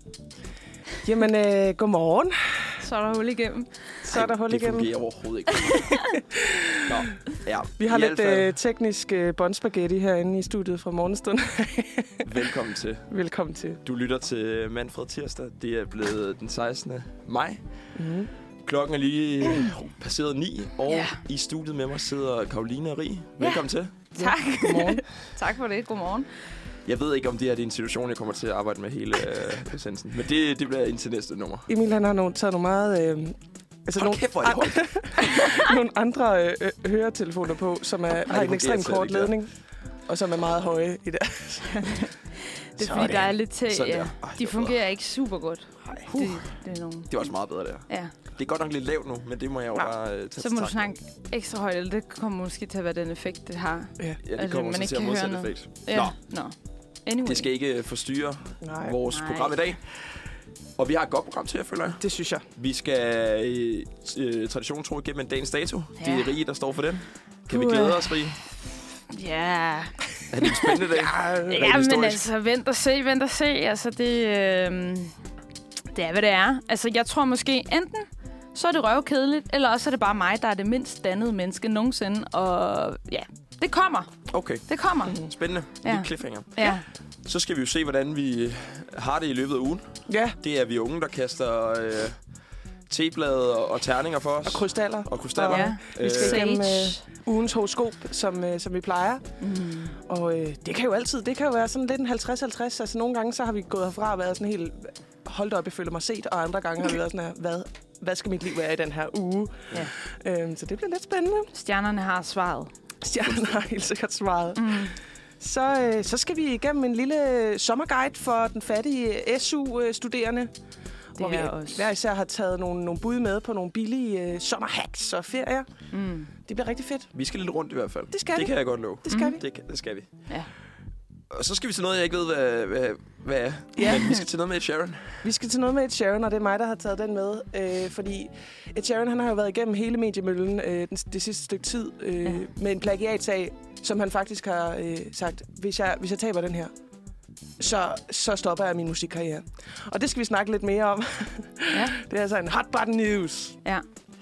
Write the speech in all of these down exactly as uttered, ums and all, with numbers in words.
Jamen, øh, godmorgen. Så er der hul igennem. Så er der hul det igennem. Det fungerer overhovedet ikke. Nå, ja. Vi har I lidt fald, øh, teknisk øh, båndspaghetti herinde i studiet fra morgenstund. velkommen til. Velkommen til. Du lytter til Manfred Tirsdag. Det er blevet den sekstende maj. Mm. Klokken er lige passeret ni, og Ja. i studiet med mig sidder Karoline og Rie. Velkommen til. Tak. Godmorgen. Tak for det. Godmorgen. Jeg ved ikke, om det her er en institution, jeg kommer til at arbejde med hele øh, essensen. Men det, det bliver indtil næste nummer. Emil, han har nogle, taget nogle meget... Øh, altså Hold nogle, kæft, hvor er det højt. nogle andre øh, øh, høretelefoner på, som er, har en fungerer ekstremt slet kort ikke, der. ledning, og som er meget høje i det. Det er fordi, der er lidt til. Sådan Ja. der. Ej, De det var fungerer ikke super godt. Ej, Det, det er nogle... det var også meget bedre, der. Ja. Det er godt nok lidt lavt nu, men det må jeg jo Ja. bare øh, tage Så til må du takke. snakke ekstra højt, eller det kommer måske til at være den effekt, det har. Ja. Ja, det altså, kommer man så ikke til at kan høre modsætte noget. effekt. Ja. Nå. Anyway. Det skal ikke forstyrre Nej, vores Nej. program i dag. Og vi har et godt program til jer, føler jeg. det synes jeg. Vi skal øh, øh, tradition tro igennem en dagens dato. Ja. Det er Rie, der står for den. Kan vi Puh, glæde øh. os, Rie? Ja. Er det en spændende dag? Ja, Rent Ja, men historisk. altså, vent og se, vent og se. Altså, det, øh, det er, hvad det er. Altså, jeg tror måske enten, så er det røvkedeligt, eller også er det bare mig, der er det mindst dannede menneske nogensinde. Og ja, det kommer. Okay, Det kommer. Mhm. spændende. Ja. Lige cliffhanger. Ja. Så skal vi jo se, hvordan vi har det i løbet af ugen. Ja, Det er vi unge, der kaster øh, teblade og, og terninger for os. og krystaller. Og krystaller. Ja. Vi skal Øh, igennem Sage. øh, ugens horoskop, som, øh, som vi plejer. Mm. Og øh, det kan jo altid, det kan jo være sådan lidt en halvtreds halvtreds. Altså nogle gange, så har vi gået herfra og været sådan helt, holdt op, jeg føler mig set. Og andre gange har vi været sådan her, hvad, hvad skal mit liv være i den her uge? Ja. Øhm, så det bliver lidt spændende. Stjernerne har svaret. Stjernen har helt sikkert svaret. Mm. Så, øh, så skal vi igennem en lille sommerguide for den fattige S U-studerende. Hvor vi er også. hver især har taget nogle, nogle bud med på nogle billige øh, sommerhacks og ferier. Mm. Det bliver rigtig fedt. Vi skal lidt rundt i hvert fald. Det skal det vi. kan jeg godt love. Det skal Mm. vi. Det, kan, det skal vi. Ja. Og så skal vi til noget, jeg ikke ved, hvad, hvad, hvad er. Ja. Men vi skal til noget med Ed Sheeran. Vi skal til noget med Ed Sheeran, og det er mig, der har taget den med. Øh, fordi Ed Sheeran, han har jo været igennem hele mediemøllen øh, den, det sidste stykke tid øh, Ja. med en plagiatsag, som han faktisk har øh, sagt, hvis jeg, hvis jeg taber den her, så, så stopper jeg min musikkarriere. Og det skal vi snakke lidt mere om. Ja. Det er altså en hot button news. Ja.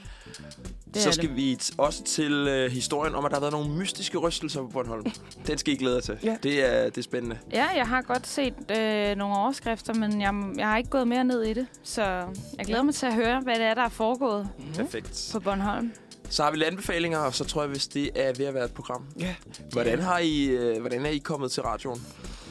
Det Så er skal det. vi t- også til øh, historien om, at der har været nogle mystiske rystelser på Bornholm. Den skal I glæde jer til. Ja. Det, er, det er spændende. Ja, jeg har godt set øh, nogle overskrifter, men jeg, jeg har ikke gået mere ned i det. Så jeg glæder mig til at høre, hvad det er, der er foregået Mm. Perfekt. på Bornholm. Så har vi lidt anbefalinger, og så tror jeg, hvis det er ved at være et program. Ja. Hvordan, har I, øh, hvordan er I kommet til radioen?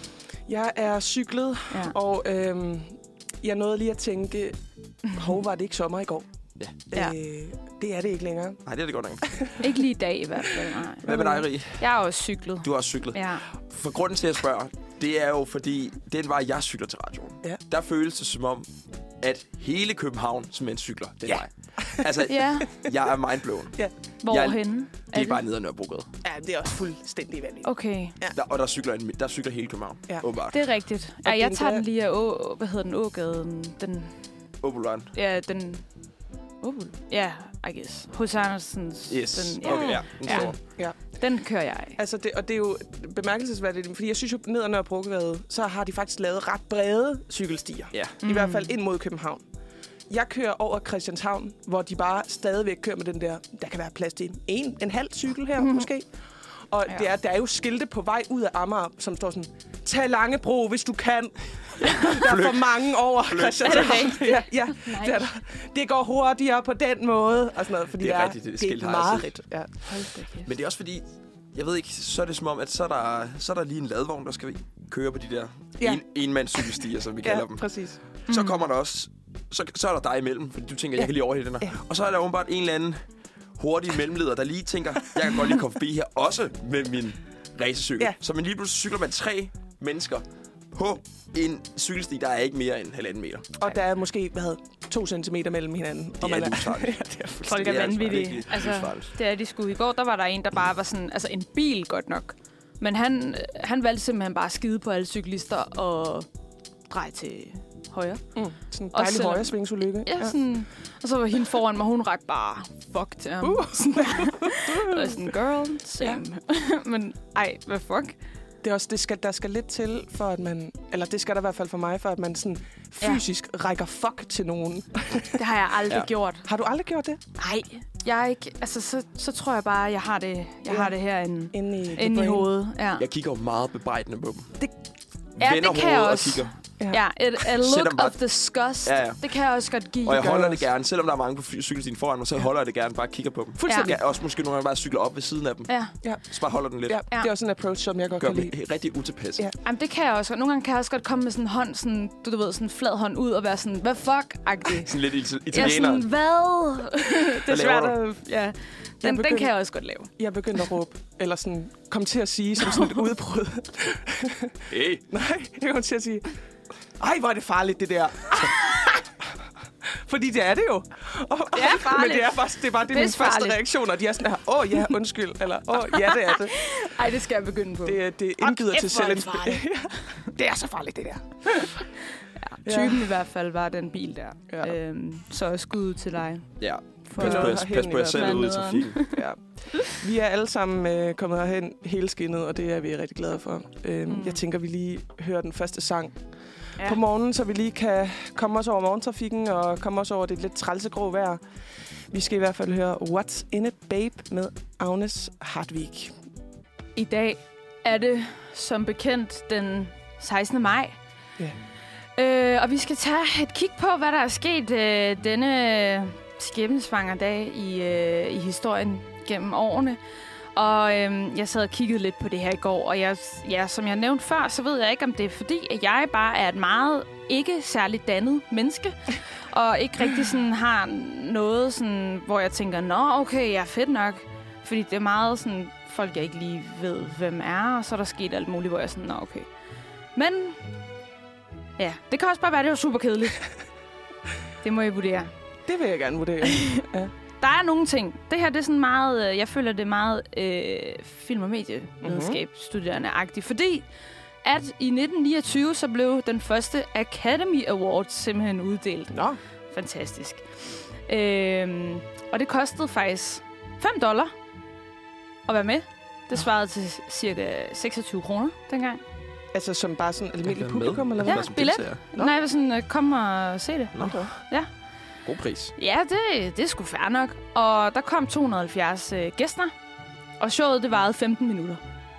Jeg er cyklet, Ja. og øhm, jeg nåede lige at tænke, hov, var det ikke sommer i går? Ja. Ja. Øh, det er det ikke længere. Nej, det er det godt nok. Ikke lige i dag i hvert fald, nej. Hvad med dig, Rie? Jeg har også cyklet. Du har også cyklet. Ja. For grunden til, at jeg spørger, det er jo fordi, den vej, jeg cykler til radioen, Ja. der føles det som om, at hele København simpelthen cykler den Ja. vej. Altså, Ja, jeg er mindblown. hvorhenne? Det er bare nede ad Nørrebrogade. Ja, det er også fuldstændig vanligt. Okay, Der, og der cykler, en, der cykler hele København, Ja. åbenbart. det er rigtigt. Og Ja, jeg den tager der- den lige af Å... Hvad hedder den? Ågaden? Den... Åboulevarden. Ja, den... Åbul? Ja, I guess. Hos Andersens... Yes. Den, ja. Okay, ja. Den Ja. står. Den kører jeg af. Altså, det, og det er jo bemærkelsesværdigt, fordi jeg synes jo, ned ad Nørrebrogade, så har de faktisk lavet ret brede cykelstier. Ja. Mm. I hvert fald ind mod København. Jeg kører over Christianshavn, hvor de bare stadigvæk kører med den der, der kan være plads til en, en halv cykel her, mm. måske. Og Ja. ja. det er, der er jo skilte på vej ud af Amager, som står sådan, tag Langebro, hvis du kan. Der er for mange over Christianshavn. Ja, ja. Nej. Det, er der. Det går hurtigere på den måde. Og sådan noget, fordi Det er der rigtigt, det det skilt er har jeg meget Ja. Hold da kæft. Men det er også fordi, jeg ved ikke, så er det som om, at så er der, så er der lige en ladvogn, der skal køre på de der Ja. en, enmandscykelstier, som vi kalder Ja, dem. præcis. Så kommer der også, så, så er der dig imellem, fordi du tænker, jeg Ja. kan lige overhælde den her. Ja. Og så er der åbenbart en eller anden hurtig mellemleder, der lige tænker, jeg kan godt lige komme forbi her, også med min racercykel. Ja. Så man lige pludselig cykler man tre mennesker på en cykelsti, der er ikke mere end halvanden meter. Og der er måske, hvad havde, to centimeter mellem hinanden. Det og er man livsfarligt. ja, det er fuldstændig. Folk er Det er altså vanvittige. virkelig Altså, livsfarligt. det er de sgu. I går, der var der en, der bare var sådan... Altså, en bil godt nok. Men han, han valgte simpelthen bare at skide på alle cyklister og dreje til højre. Mm, sådan en Også dejlig selvom- højre svingsulykke. Ja, sådan... Og så var hende foran mig, hun rakte bare fuck til ham. Uh. Sådan, og jeg sådan, girl, same. Men ej, hvad fuck? Det er også, det skal, der skal lidt til, for at man... Eller det skal der i hvert fald for mig, for at man sådan fysisk ja. rækker fuck til nogen. Det har jeg aldrig ja. gjort. Har du aldrig gjort det? Nej, jeg er ikke... Altså, så, så tror jeg bare, jeg har det, jeg ja. har det her inde, inde i, inde i hovedet. Ja. Jeg kigger jo meget bebrejdende på dem. Det, ja, det kan jeg også. Ja, ja et, a look bare... of disgust. Ja, ja. Det kan jeg også godt give. Og jeg holder det gerne. Selvom der er mange på cykelstien foran mig, så ja. holder jeg det gerne. Bare kigger på dem. Fuldstændig. Jeg også måske nogle gange bare cykler op ved siden af dem. Ja. ja. Så bare holder den lidt. Ja, det er også en approach, som jeg godt Gør kan lide. Gør rigtig utilpas. Ja. Jamen, det kan jeg også. Nogle gange kan jeg også godt komme med sådan en hånd, sådan, du, du ved, sådan en flad hånd ud og være sådan, hvad fuck-agtig. Sådan lidt italiener. Ja, sådan, hvad? Det er svært at... Ja. Den, begynd... den kan jeg også godt lave. Jeg begyndte at råbe, eller sådan, kom til at sige som sådan et udbrud. Hey. Nej, jeg kom til at sige, ej, hvor er det farligt, det der. Fordi det er det jo. Og, det er farligt. Men det er, bare, det er bare det, det er mine første reaktioner. De er sådan her, åh ja, undskyld. Eller åh ja, det er det. Ej, det skal jeg begynde på. Det, det indbyder til selvinspiration. Det er så farligt, det der. Ja, typen ja. i hvert fald var den bil der. Ja. Øhm, så skud til dig. Ja. Pas på, pas, pas på jer selv ude i trafikken. Ja. Vi er alle sammen øh, kommet herhen helskindet, og det er vi rigtig glade for. Øhm, mm. Jeg tænker, vi lige hører den første sang ja. på morgenen, så vi lige kan komme os over morgentrafikken og komme os over det lidt trælsegrå vejr. Vi skal i hvert fald høre What's in it, babe med Agnes Hartvig. I dag er det som bekendt den sekstende maj. Ja. Øh, og vi skal tage et kig på, hvad der er sket øh, denne skæbnesvangerdag i, øh, i historien gennem årene. Og øh, jeg sad og kiggede lidt på det her i går, og jeg, ja, som jeg nævnte før, så ved jeg ikke, om det er fordi, at jeg bare er et meget ikke særligt dannet menneske, og ikke rigtig sådan har noget, sådan, hvor jeg tænker, nå okay, jeg er fedt nok. Fordi det er meget sådan, folk jeg ikke lige ved, hvem er, og så er der sket alt muligt, hvor jeg er sådan, nå okay. Men ja, det kan også bare være, det var super kedeligt. Det må I vurdere. Det vil jeg gerne vurdere. Ja. Der er nogle ting. Det her, det er sådan meget, jeg føler, det er meget øh, film- og medievidenskab-studerende-agtigt, fordi at i nitten niogtyve, så blev den første Academy Award simpelthen uddelt. Nå. Fantastisk. Øhm, og det kostede faktisk fem dollar at være med. Det svarede til cirka seksogtyve kroner dengang. Altså som bare sådan almindelig publikum? Eller hvad? Ja, billet. Nej, jeg sådan, kom og se det. Okay. Ja. God pris. Ja, det, det er sgu fair nok. Og der kom to hundrede og halvfjerds øh, gæster, og showet det varede femten minutter.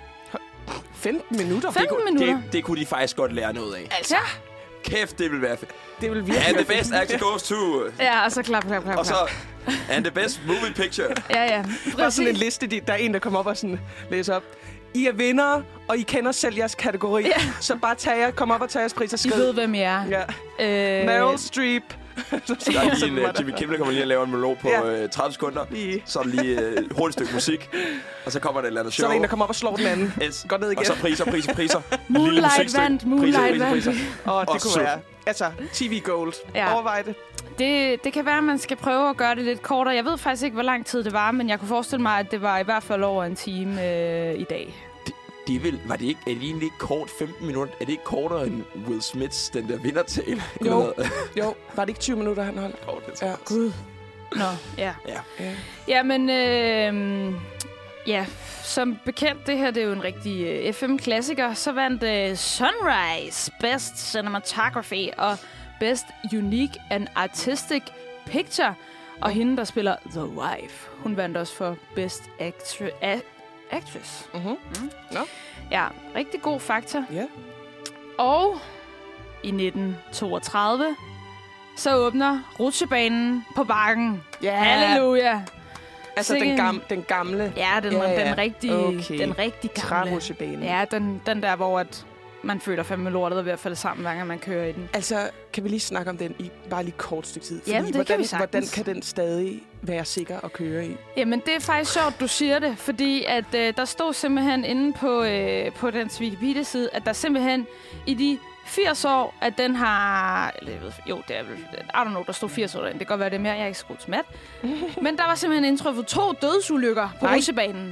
femten minutter? femten det, minutter? Det, det kunne de faktisk godt lære noget af. Altså. Ja. Kæft, det vil være fedt. Det vil virkelig. And the best actor goes to... Ja, og så klap, klap, klap. Og så... And the best movie picture. Ja, ja. Bare sådan en liste, der er en, der kommer op og sådan læser op. I er vindere, og I kender selv jeres kategori. Ja. Så bare tag jer, kom op og tag jeres pris og skriv. I ved, hvem I er. Ja. Øh... Meryl Streep. Så der er lige en, uh, Jimmy Kimmel kommer lige at lave en monolog på ja. uh, tredive sekunder. Lige. Så er der lige et uh, hurtigt stykke musik. Og så kommer der et eller andet show. Så er der en, der kommer op og slår den anden. Yes. Går ned igen. Og så priser, priser, priser. Moonlight vandt, Moonlight vandt. Åh, oh, det og kunne så. være. Altså, T V Gold. Ja. Overvej det. det. Det kan være, at man skal prøve at gøre det lidt kortere. Jeg ved faktisk ikke, hvor lang tid det var, men jeg kunne forestille mig, at det var i hvert fald over en time øh, i dag. Det vil, var det ikke, er det egentlig ikke kort femten minutter? Er det ikke kortere end Will Smiths, den der vindertale? Jo, jo. Var det ikke tyve minutter, han holdt? Oh, det ja. Gud. Nå, ja. Ja, ja. ja men øh, ja, som bekendt, det her det er jo en rigtig uh, F M-klassiker. Så vandt uh, Sunrise Best Cinematography og Best Unique and Artistic Picture. Og hende, der spiller The Wife, hun vandt også for Best Actri- A- Actress. Mhm. Mm. No. Ja, rigtig god faktor. Ja. Yeah. Og i nitten toogtredive, så åbner rutsjebanen på Bakken. Yeah. Halleluja. Altså den, gam, den gamle? Ja, den, ja, ja. den rigtig, okay. den rigtig gamle. Trærutsjebane. Ja, den, den der, hvor at man føler fandme lortet er ved at falde sammen, hver gang man kører i den. Altså, kan vi lige snakke om den i bare lige kort stykke tid? Fordi Jamen, det hvordan, kan vi sagtens. Hvordan kan den stadig være sikker at køre i? Jamen, det er faktisk sjovt, du siger det, fordi at øh, der stod simpelthen inde på, øh, på dens Wikipedia-side, at der simpelthen i de firs år, at den har... Eller, jeg ved, jo, det er vel... I don't know, der stod firs år derinde. Det kan godt være, det er mere. Jeg er ikke så god til mat. Men der var simpelthen indtrykket to dødsulykker på rutsjebanen.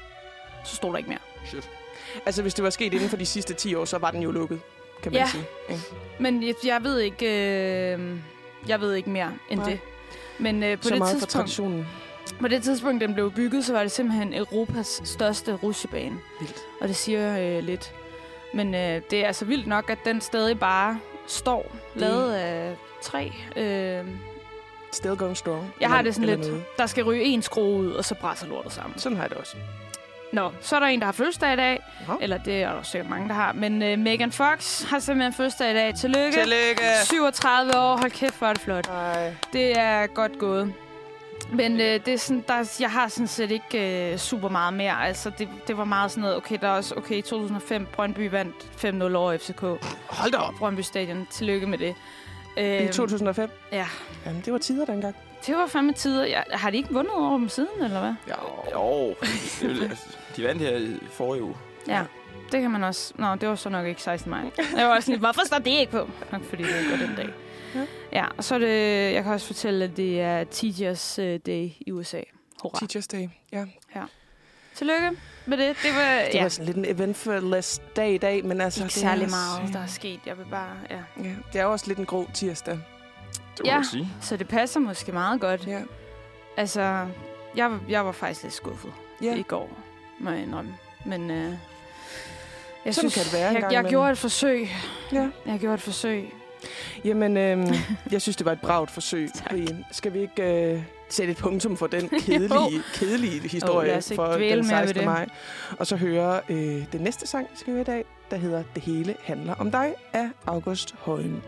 Så stod der ikke mere. Shit. Altså, hvis det var sket inden for de sidste ti år, så var den jo lukket, kan man ja. sige. Ja. Men jeg, jeg ved ikke... Øh, jeg ved ikke mere end Nej. det. Men øh, på så det meget tidspunkt... for traditionen. På det tidspunkt, den blev bygget, så var det simpelthen Europas største rutsjebane. Vildt. Og det siger øh, lidt. Men øh, det er altså vildt nok, at den stadig bare står lavet af træ. Øh, Still going strong. jeg har det sådan lidt, noget. Der skal ryge en skrue ud, og så brænder lortet sammen. Sådan har jeg det også. Nå, så er der en, der har fødselsdag i dag. Ja. Eller det er der sikkert mange, der har. Men øh, Megan Fox har simpelthen fødselsdag i dag. Tillykke. Tillykke. syvogtredive år. Hold kæft, hvor er det flot. Ej. Det er godt gået. Men øh, det er sådan, der, jeg har sådan set ikke øh, super meget mere. Altså, det, det var meget sådan noget, okay, der er også, okay, i to tusind og fem, Brøndby vandt fem nul over F C K. Hold da op. Brøndby Stadion. Tillykke med det. I to tusind og fem? Ja. Jamen, det var tider dengang. Det var fandme tider. Ja, har de ikke vundet over dem siden, eller hvad? Jo. jo. De vandt her i forrige uge. Ja, det kan man også. Nå, det var så nok ikke sekstende maj. Jeg var også lidt, hvorfor står det ikke på? Nok fordi det går den dag. Ja. Ja, og så er det, jeg kan også fortælle, at det er Teachers Day i U S A. Hurra. Teachers Day, ja. Ja. Tillykke med det. Det var, det ja. var sådan lidt en eventful dag i dag, men altså... Ikke særlig meget, der er sket. Jeg vil bare, ja. Ja, det er også lidt en grå tirsdag. Det må ja, man sige. Så det passer måske meget godt. Ja. Altså, jeg, jeg var faktisk lidt skuffet ja. i går, må jeg indrømme. Men øh, jeg sådan synes, kan det være en jeg, gang jeg gjorde et forsøg. Ja. Jeg gjorde et forsøg. Jamen, øhm, jeg synes, det var et bragt forsøg. Skal vi ikke øh, sætte et punktum for den kedelige, kedelige historie oh, for den sekstende maj? Og så høre øh, den næste sang, vi skal høre i dag, der hedder Det hele handler om dig, af August Højen.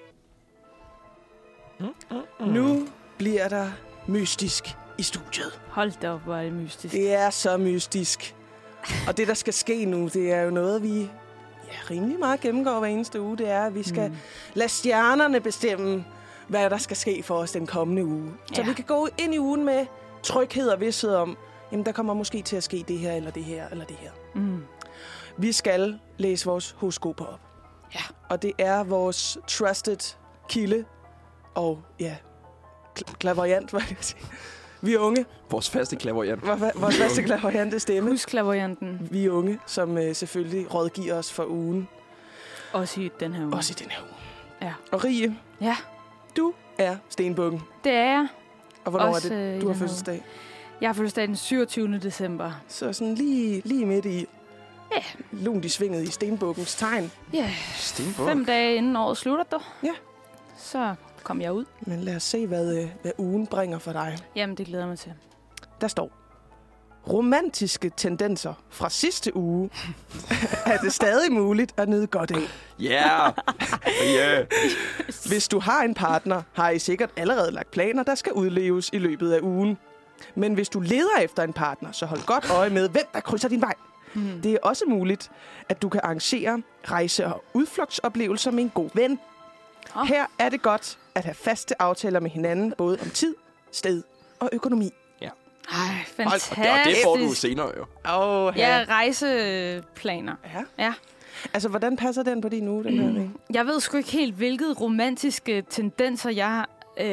Mm, mm, mm. Nu bliver der mystisk i studiet. Hold da op, hvor er det mystisk. Det er så mystisk. Og det, der skal ske nu, det er jo noget, vi ja, rimelig meget gennemgår hver eneste uge. Det er, at vi skal mm. lade stjernerne bestemme, hvad der skal ske for os den kommende uge. Ja. Så vi kan gå ind i ugen med tryghed og vidsthed om, jamen der kommer måske til at ske det her, eller det her, eller det her. Mm. Vi skal læse vores horoskoper op. Ja. Og det er vores trusted kilde og ja, kl- klaverjant, hvad jeg sige. Vi er unge. Vores faste klaverjant. Vores faste klaverjante stemme. Husk klaverjanten. Vi er unge, som uh, selvfølgelig rådgiver os for ugen. Også i den her uge. Også i den her uge. Ja. Og Rie, ja. du er stenbukken. Det er jeg. Og hvornår også, er det, du har fødselsdag? Jeg har fødselsdag den syvogtyvende december. Så sådan lige, lige midt i ja. Yeah. lunt i svinget i stenbukkens tegn. Ja, yeah. Stenbuk. Fem dage inden året slutter, du. Ja. Så kom jeg ud. Men lad os se, hvad, hvad ugen bringer for dig. Jamen, det glæder mig til. Der står, romantiske tendenser fra sidste uge er det stadig muligt at nyde godt af. Ja! Yeah. yeah. Hvis du har en partner, har I sikkert allerede lagt planer, der skal udleves i løbet af ugen. Men hvis du leder efter en partner, så hold godt øje med, hvem der krydser din vej. Mm. Det er også muligt, at du kan arrangere rejse- og udflugtsoplevelser med en god ven. Oh. Her er det godt at have faste aftaler med hinanden, både om tid, sted og økonomi. Ja. Ej, fantastisk. Og det får du senere jo. Oh, ja, rejseplaner. Ja. ja. Altså, hvordan passer den på din uge, den her mm. Jeg ved sgu ikke helt, hvilke romantiske tendenser jeg øh,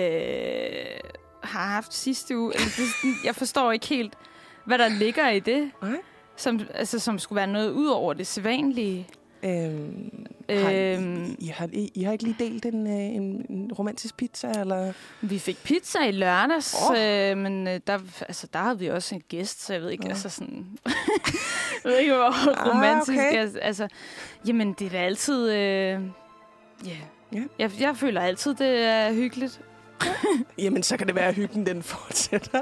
har haft sidste uge. Eller det, jeg forstår ikke helt, hvad der ligger i det. Okay. Som, altså, som skulle være noget ud over det sædvanlige. Øhm, har I, I, har, I, I har ikke lige delt en, en, en romantisk pizza, eller? Vi fik pizza i lørdags, oh. øh, men der, altså, der havde vi også en gæst, så jeg ved ikke, oh. altså sådan... jeg ved ikke, hvor ah, romantisk okay. er. Altså, jamen, det er da altid... Øh, yeah. yeah. jeg, jeg føler altid, det er hyggeligt. Jamen, så kan det være, at hyggen den fortsætter.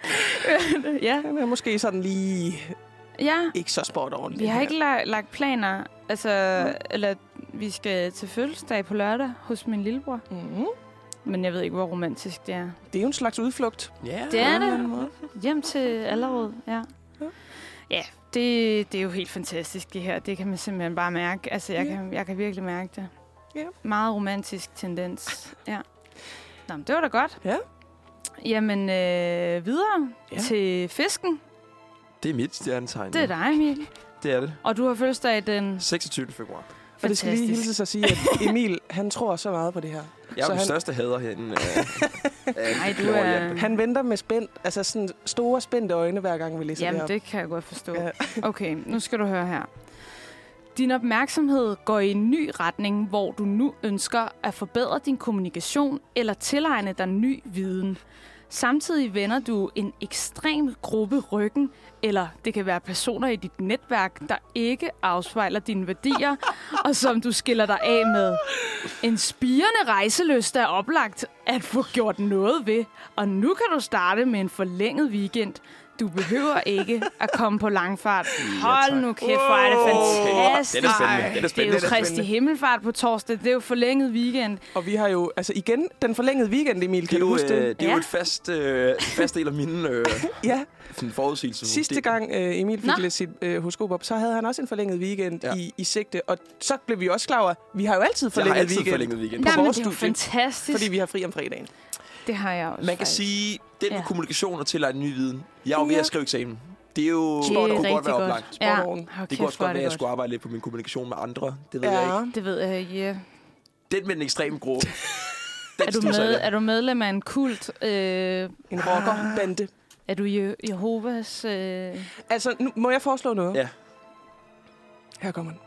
ja. Den er måske sådan lige... Ja. Ikke så sport ordentligt. Vi har ikke lagt, lagt planer. Altså, ja. Eller vi skal til fødselsdag på lørdag hos min lillebror. Mm-hmm. Men jeg ved ikke, hvor romantisk det er. Det er jo en slags udflugt. Ja, det er det. Hjem til Allerød, ja. Ja, ja det, det er jo helt fantastisk, det her. Det kan man simpelthen bare mærke. Altså, jeg, ja. kan, jeg kan virkelig mærke det. Ja. Meget romantisk tendens. Ja. Nå, men det var da godt. Ja. Jamen, øh, videre ja. til fisken. Det er mit stjernetegn. Det er dig, Emil. Det er det. Og du har fødselsdag den... seksogtyvende februar. Og det skal lige hilse sig at sige, at Emil, han tror så meget på det her. Jeg er så den han... største hader herinde. Nej, du er... Han venter med spændt, altså sådan store spændte øjne, hver gang vi læser Jamen, det op. Jamen, det kan jeg godt forstå. Ja. Okay, nu skal du høre her. Din opmærksomhed går i en ny retning, hvor du nu ønsker at forbedre din kommunikation eller tilegne dig ny viden. Samtidig vender du en ekstrem gruppe ryggen, eller det kan være personer i dit netværk, der ikke afspejler dine værdier, og som du skiller dig af med. En spirende rejselyst er oplagt at få gjort noget ved, og nu kan du starte med en forlænget weekend. Du behøver ikke at komme på langfart. Hold nu kæft, hvor er det fantastisk. Det er spændende. Det er, spændende. Det er jo Kristi Himmelfart på torsdag. Det er jo forlænget weekend. Og vi har jo, altså igen, den forlængede weekend, Emil, kan du huske det? Øh, det er ja. jo et fast, øh, fast del af mine øh, ja. forudsigelser. Sidste gang øh, Emil fik lidt sit øh, horoskop op, så havde han også en forlænget weekend ja. i, i sigte. Og så blev vi også klar over, vi har jo altid forlænget altid weekend. Forlænget weekend. På Jamen, vores det er jo studie, fantastisk. fordi vi har fri om fredagen. Det har jeg også. Man kan faktisk. sige, den med ja. kommunikation og tilegne ny viden. Jeg er jo ved ja. at skrive eksamen. Det er jo det sport, er kunne godt være godt. oplagt. Ja. Okay, det kunne også godt være, at jeg skulle arbejde lidt på min kommunikation med andre. Det ved ja. jeg ikke. Det ved jeg, ja. Yeah. Den med den ekstreme gruppe. er, du med, er du medlem af en kult? Øh, en rockerbande. Er du Je- Jehovas... Øh... Altså, nu må jeg foreslå noget? Ja. Her kommer den.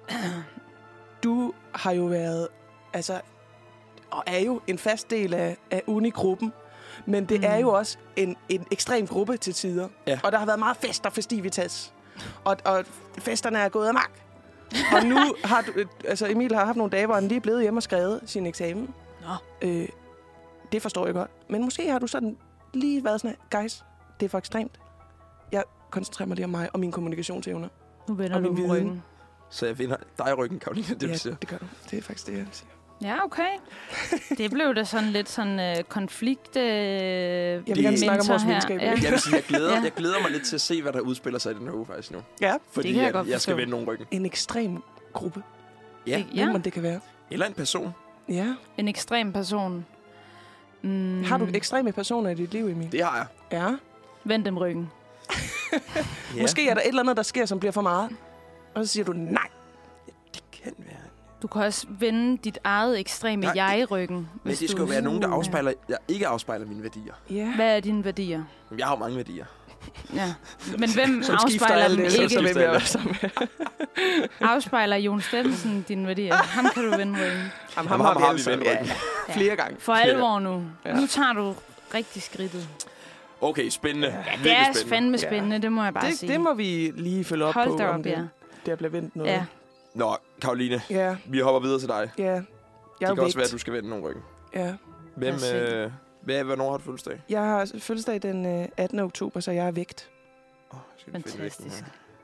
Du har jo været, altså, og er jo en fast del af, af Uni-gruppen, men det mm. er jo også en, en ekstrem gruppe til tider. Ja. Og der har været meget fest og festivitas. Og, og festerne er gået amok. Og nu har du, altså Emil har haft nogle dage, hvor han lige er blevet hjemme og skrevet sin eksamen. Nå. Øh, det forstår jeg godt. Men måske har du sådan lige været sådan, guys, det er for ekstremt. Jeg koncentrerer mig lige om mig og mine kommunikationsevner. Nu vender du min ryggen. Så jeg vinder dig i ryggen, Karoline, det ja, du siger. det gør du. Det er faktisk det, jeg siger. Ja, okay. Det blev da sådan lidt sådan øh, konflikt. Øh, jeg vil gerne snakke om vores venskab. Ja. Jeg vil sige, jeg glæder, ja. jeg glæder mig lidt til at se, hvad der udspiller sig i den her uge faktisk nu. Ja. Fordi det kan jeg, jeg, godt jeg skal forstå. vende nogle ryggen. En ekstrem gruppe. Ja. Det, ja. Hvem det kan være. Eller en person. Ja. En ekstrem person. Mm. Har du ekstreme personer i dit liv, Emil? Det har jeg. Ja. Vend dem ryggen. ja. Måske er der et eller andet, der sker, som bliver for meget. Og så siger du nej. Ja, det kan være. Du kan også vende dit eget ekstreme Nej, jeg i ryggen. Men det skal jo være nogen, der afspejler, jeg ikke afspejler mine værdier. Ja. Hvad er dine værdier? Jeg har jo mange værdier. Ja. Men hvem som afspejler dem det, ikke? Så hvem jeg også med. Afspejler Jon Steffensen dine værdier? Ham kan du vende ryggen. Ham, ham, ham, har ham vi har altså. vi vendt ryggen. Ja. Flere gange. For alvor nu. Ja. Nu tager du rigtig skridtet. Okay, spændende. Ja, det er spændende. fandme spændende, det må jeg bare det, sige. Det må vi lige følge op Hold på, op, om det, ja. det bliver vendt noget. Ja. Nå, Karoline, Ja. vi hopper videre til dig. Ja. Jeg det kan vægt. også være, at du skal vende nogle ryggen. Ja. Hvem, øh, hvad, hvornår har du fødselsdag? Jeg har fødselsdag den øh, attende oktober, så jeg er vægt. Oh, Fantastisk.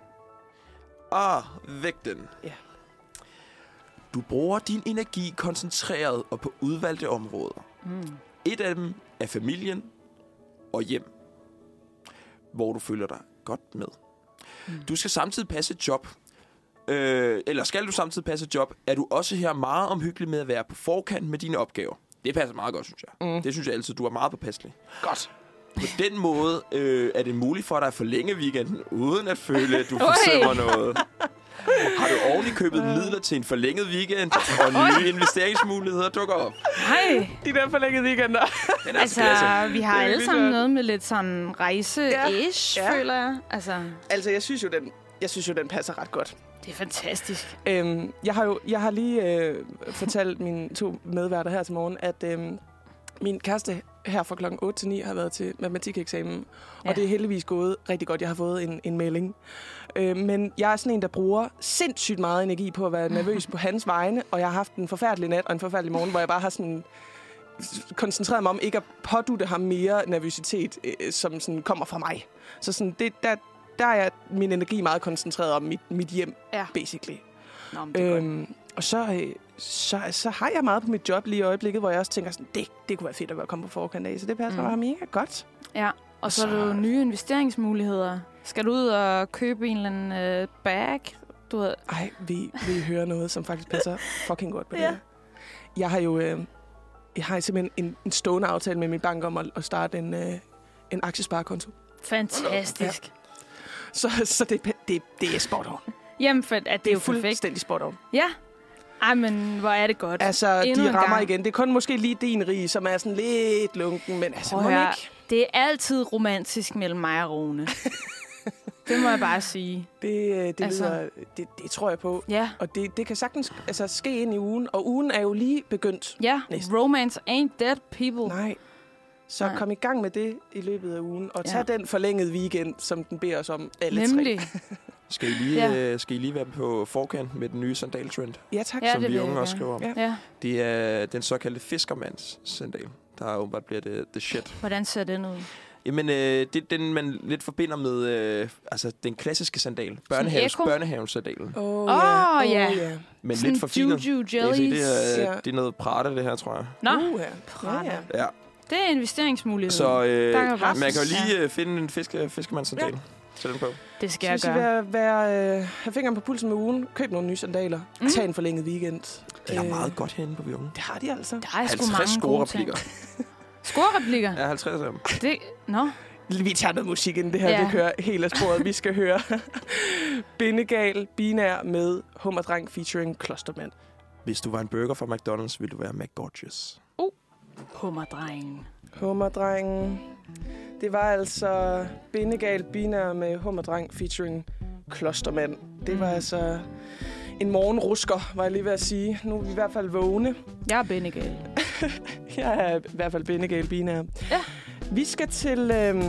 Ah, vægten. Ja. Du bruger din energi koncentreret og på udvalgte områder. Mm. Et af dem er familien og hjem, hvor du føler dig godt med. Mm. Du skal samtidig passe et job. Øh, eller skal du samtidig passe et job, er du også her meget omhyggelig med at være på forkant med dine opgaver. Det passer meget godt, synes jeg. Mm. Det synes jeg altid, du er meget påpasselig. Godt. På den måde øh, er det muligt for dig at forlænge weekenden, uden at føle, at du forsømmer noget. Har du oven i købet midler til en forlænget weekend, og nye investeringsmuligheder dukker op? Hej. De der forlængede weekender. Den er Altså, klasse. vi har Det er alle sammen vildt. noget med lidt sådan rejse-ish, Ja. ja. Ja. føler jeg. Altså, Altså, jeg synes jo, den, jeg synes jo, den passer ret godt. det er fantastisk. Øhm, jeg har jo jeg har lige øh, fortalt mine to medværter her til morgen, at øh, min kæreste her fra klokken otte til ni har været til matematikeksamen. Ja. Og det er heldigvis gået rigtig godt. Jeg har fået en, en melding. Øh, men jeg er sådan en, der bruger sindssygt meget energi på at være nervøs på hans vegne. Og jeg har haft en forfærdelig nat og en forfærdelig morgen, hvor jeg bare har sådan koncentreret mig om ikke at pådutte ham mere nervøsitet, øh, som sådan kommer fra mig. Så sådan, det, der, der er min energi meget koncentreret om mit, mit hjem, Ja. basically. Nå, men det er Øhm, og så, øh, så, så har jeg meget på mit job lige i øjeblikket, hvor jeg også tænker sådan, det, det kunne være fedt at være kommet på forkant af, så det passer Mm. mm. mega godt. Ja, og så er Så- der jo nye investeringsmuligheder. Skal du ud og købe en eller anden øh, bag? Du ved, Ej, vi, vi hører noget, som faktisk passer fucking godt på det Ja. her. Jeg har jo øh, jeg har simpelthen en, en stående aftale med min bank om at, at starte en, øh, en aktiesparekonto. fantastisk. Så, så det, det, det er spot on. Jamen, for, at det, Det er er jo perfekt. fuldstændig spot on. Ja. Ej, men hvor er det godt. Altså, Endnu de en rammer gang. igen. Det er kun måske lige din rig, som er sådan lidt lunken, men altså, Prøv må at høre. ikke. Det er altid romantisk mellem mig og Rune. Det må jeg bare sige. Det, øh, det, Altså. lyder, det, det tror jeg på. Ja. Og det, det kan sagtens altså, ske ind i ugen, og ugen er jo lige begyndt. Ja, Næsten. romance ain't dead, people. Nej. Så Nej. kom i gang med det i løbet af ugen, og tag Ja. den forlængede weekend, som den beder os om alle Nemlig. tre. Skal I, lige, Ja. øh, skal I lige være på forkant med den nye sandaltrend, Ja, tak. Ja, som det vi vil unge jeg også gerne. skriver om? Ja. Ja. Det er den såkaldte fiskermands sandal, der åbenbart bliver det the shit. Hvordan ser den ud? Jamen, øh, det er den, man lidt forbinder med øh, altså, den klassiske sandal. Børnehaves, Ekko? børnehavesandalen. Åh, Åh, ja. ja. Åh, ja. Men Sådan lidt forfinet. Juju Jeg kan jellies. sige, det, er, Ja. det er noget Prada, det her, tror jeg. Nå, Uh, ja. Prada. Ja, ja. Ja. Det er investeringsmulighed. Så øh, Der kan bare- man kan jo lige Ja. øh, finde en fiske, fiskemandssandal. Ja. Sæt den på. Det skal Så jeg hvis I gøre. vil være, øh, have fingeren på pulsen med ugen, køb nogle nye sandaler. Mm. Mm. Tag en forlænget weekend. Det er Øh, meget godt herinde på Viongen. Det har de altså. Der er sgu halvtreds mange gode ting. scorereplikker. Scorereplikker? Ja, halvtreds af dem. Det... Nå. Vi tager noget musik inden det her, Ja. det kører helt af sporet. Vi skal høre Bindegal, Binær med Hummerdreng featuring Klostermand. Hvis du var en burger fra McDonald's, ville du være McGorgeous. Hummerdrengen. Hummerdrengen. Det var altså Bindegal, Binær med Hummerdreng featuring Klostermand. Det var Mm. altså en morgenrusker, var jeg lige ved at sige. Nu er vi i hvert fald vågne. Jeg er Bennegal. Jeg er i hvert fald Bindegal, Binær. Ja. Vi skal til... Øh,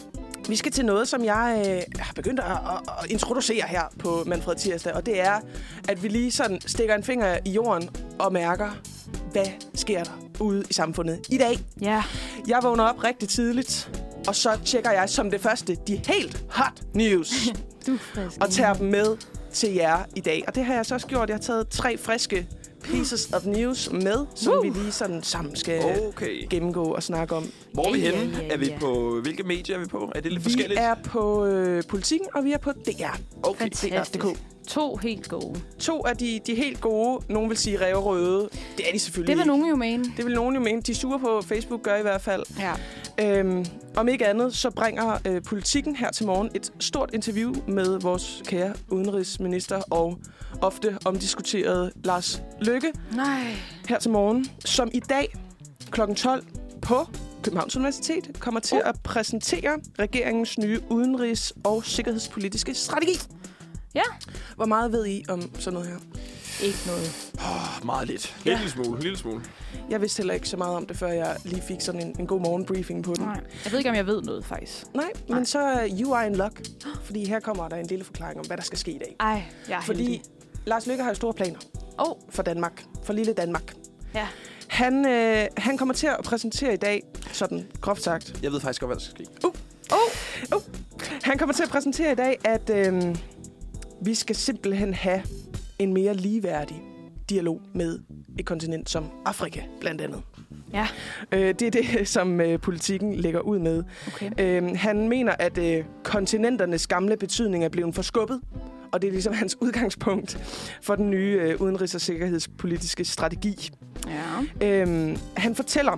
Vi skal til noget, som jeg øh, har begyndt at, at, at introducere her på Manfred Tirsdag, og det er, at vi lige sådan stikker en finger i jorden og mærker, hvad sker der ude i samfundet i dag. Ja. Jeg vågner op rigtig tidligt, og så tjekker jeg som det første de helt hot news, Du er frisk. og tager dem med til jer i dag. Og det har jeg så også gjort. Jeg har taget tre friske pieces of news med, som Woo! vi lige sådan sammen skal Okay. gennemgå og snakke om. Hvor er vi Ja, henne? ja, ja, Er vi ja. på... Hvilke medier er vi på? Er det lidt Vi forskelligt? er på øh, Politikken, og vi er på D R. Okay. Fantastisk. To helt gode. To af de, de helt gode, nogen vil sige ræverøde. Det er de selvfølgelig Det vil ikke. nogen jo mene. Det vil nogen jo mene. De sure på Facebook gør i hvert fald. Ja. Øhm, om ikke andet, så bringer øh, Politikken her til morgen et stort interview med vores kære udenrigsminister og ofte omdiskuterede Lars Løkke Nej. her til morgen, som i dag klokken tolv på Københavns Universitet kommer til Uh. at præsentere regeringens nye udenrigs- og sikkerhedspolitiske strategi. Ja. Hvor meget ved I om sådan noget her? Ikke noget. Oh, meget lidt. Ja. Lille smule. Lille smule. Jeg vidste heller ikke så meget om det, før jeg lige fik sådan en, en god morgenbriefing på den. Nej. Jeg ved ikke, om jeg ved noget, faktisk. Nej, Nej. men så uh, you are in luck. Fordi her kommer der en lille forklaring om, hvad der skal ske i dag. Ej, jeg er Fordi heldig. Lars Løkke har jo store planer Åh, oh, for Danmark. For lille Danmark. ja. Han, øh, han kommer til at præsentere i dag, sådan groft sagt. Jeg ved faktisk godt, hvad der skal ske. Uh, uh. Han kommer til at præsentere i dag, at øh, vi skal simpelthen have en mere ligeværdig dialog med et kontinent som Afrika, blandt andet. Ja, Øh, det er det, som øh, Politikken lægger ud med. okay. Øh, han mener, at øh, kontinenternes gamle betydning er blevet forskubbet, og det er ligesom hans udgangspunkt for den nye øh, udenrigs- og sikkerhedspolitiske strategi. Ja. Øh, han fortæller,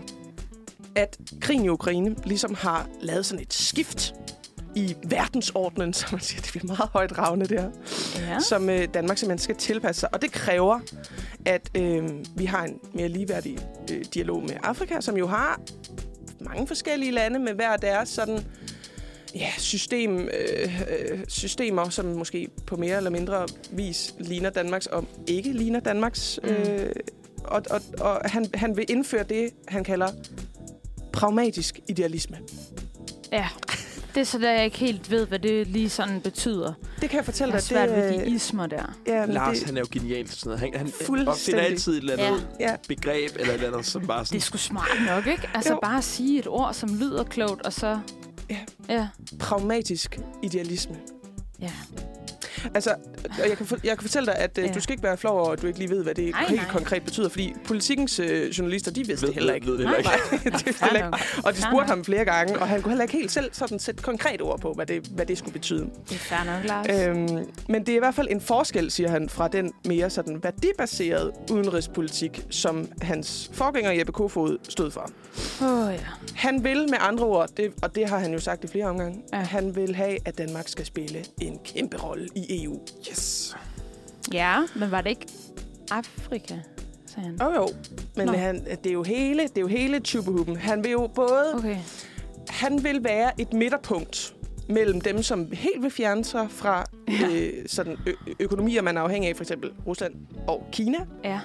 at krigen i Ukraine ligesom har lavet sådan et skift i verdensordenen, som man siger, det bliver meget højt ravne der, Ja. som øh, Danmark simpelthen skal tilpasse sig. Og det kræver, at øh, vi har en mere ligeværdig øh, dialog med Afrika, som jo har mange forskellige lande med hver deres sådan, ja, system, øh, øh, systemer, som måske på mere eller mindre vis ligner Danmarks, og ikke ligner Danmarks. Mm. Øh, og og, og han, han vil indføre det, han kalder pragmatisk idealisme. Ja. Det er så, der jeg ikke helt ved, hvad det lige sådan betyder. Det kan jeg fortælle Jeg har dig. svært det, ved de ismer der. ja, men Lars, det, han er jo genial til sådan noget. Han, han Fuldstændig. opfinder altid et eller andet ja. begreb, eller et eller andet, som bare Det sådan... er sgu smart nok, ikke? Altså Jo. bare at sige et ord, som lyder klogt, og så... Ja. Ja. Pragmatisk idealisme. Ja. Altså, og jeg kan, for, jeg kan fortælle dig, at øh, Ja. du skal ikke være flov over, at du ikke lige ved, hvad det Nej, helt nej. konkret betyder, fordi Politikens øh, journalister, de vidste Ved, det heller ikke. ved det heller ikke. Nej, det vidste Fair heller nok. ikke. Og de Fair spurgte nok. ham flere gange, og han kunne heller ikke helt selv sådan sætte konkret ord på, hvad det, hvad det skulle betyde. Det er fair nok, Lars. Øhm, men det er i hvert fald en forskel, siger han, fra den mere sådan værdibaserede udenrigspolitik, som hans forgænger Jeppe Kofod stod for. Åh, oh, ja. Han vil med andre ord, det, og det har han jo sagt i flere omgange, Ja. at han vil have, at Danmark skal spille en kæmpe rolle i E U. Yes. Ja, men var det ikke Afrika, sagde han? Jo jo, men Nå. han, det er jo hele, det er jo hele tubehuben. Han vil jo både, Okay. han vil være et midterpunkt mellem dem, som helt vil fjerne sig fra Ja. øh, sådan ø- økonomier, man er afhængig af, for eksempel Rusland og Kina, Ja.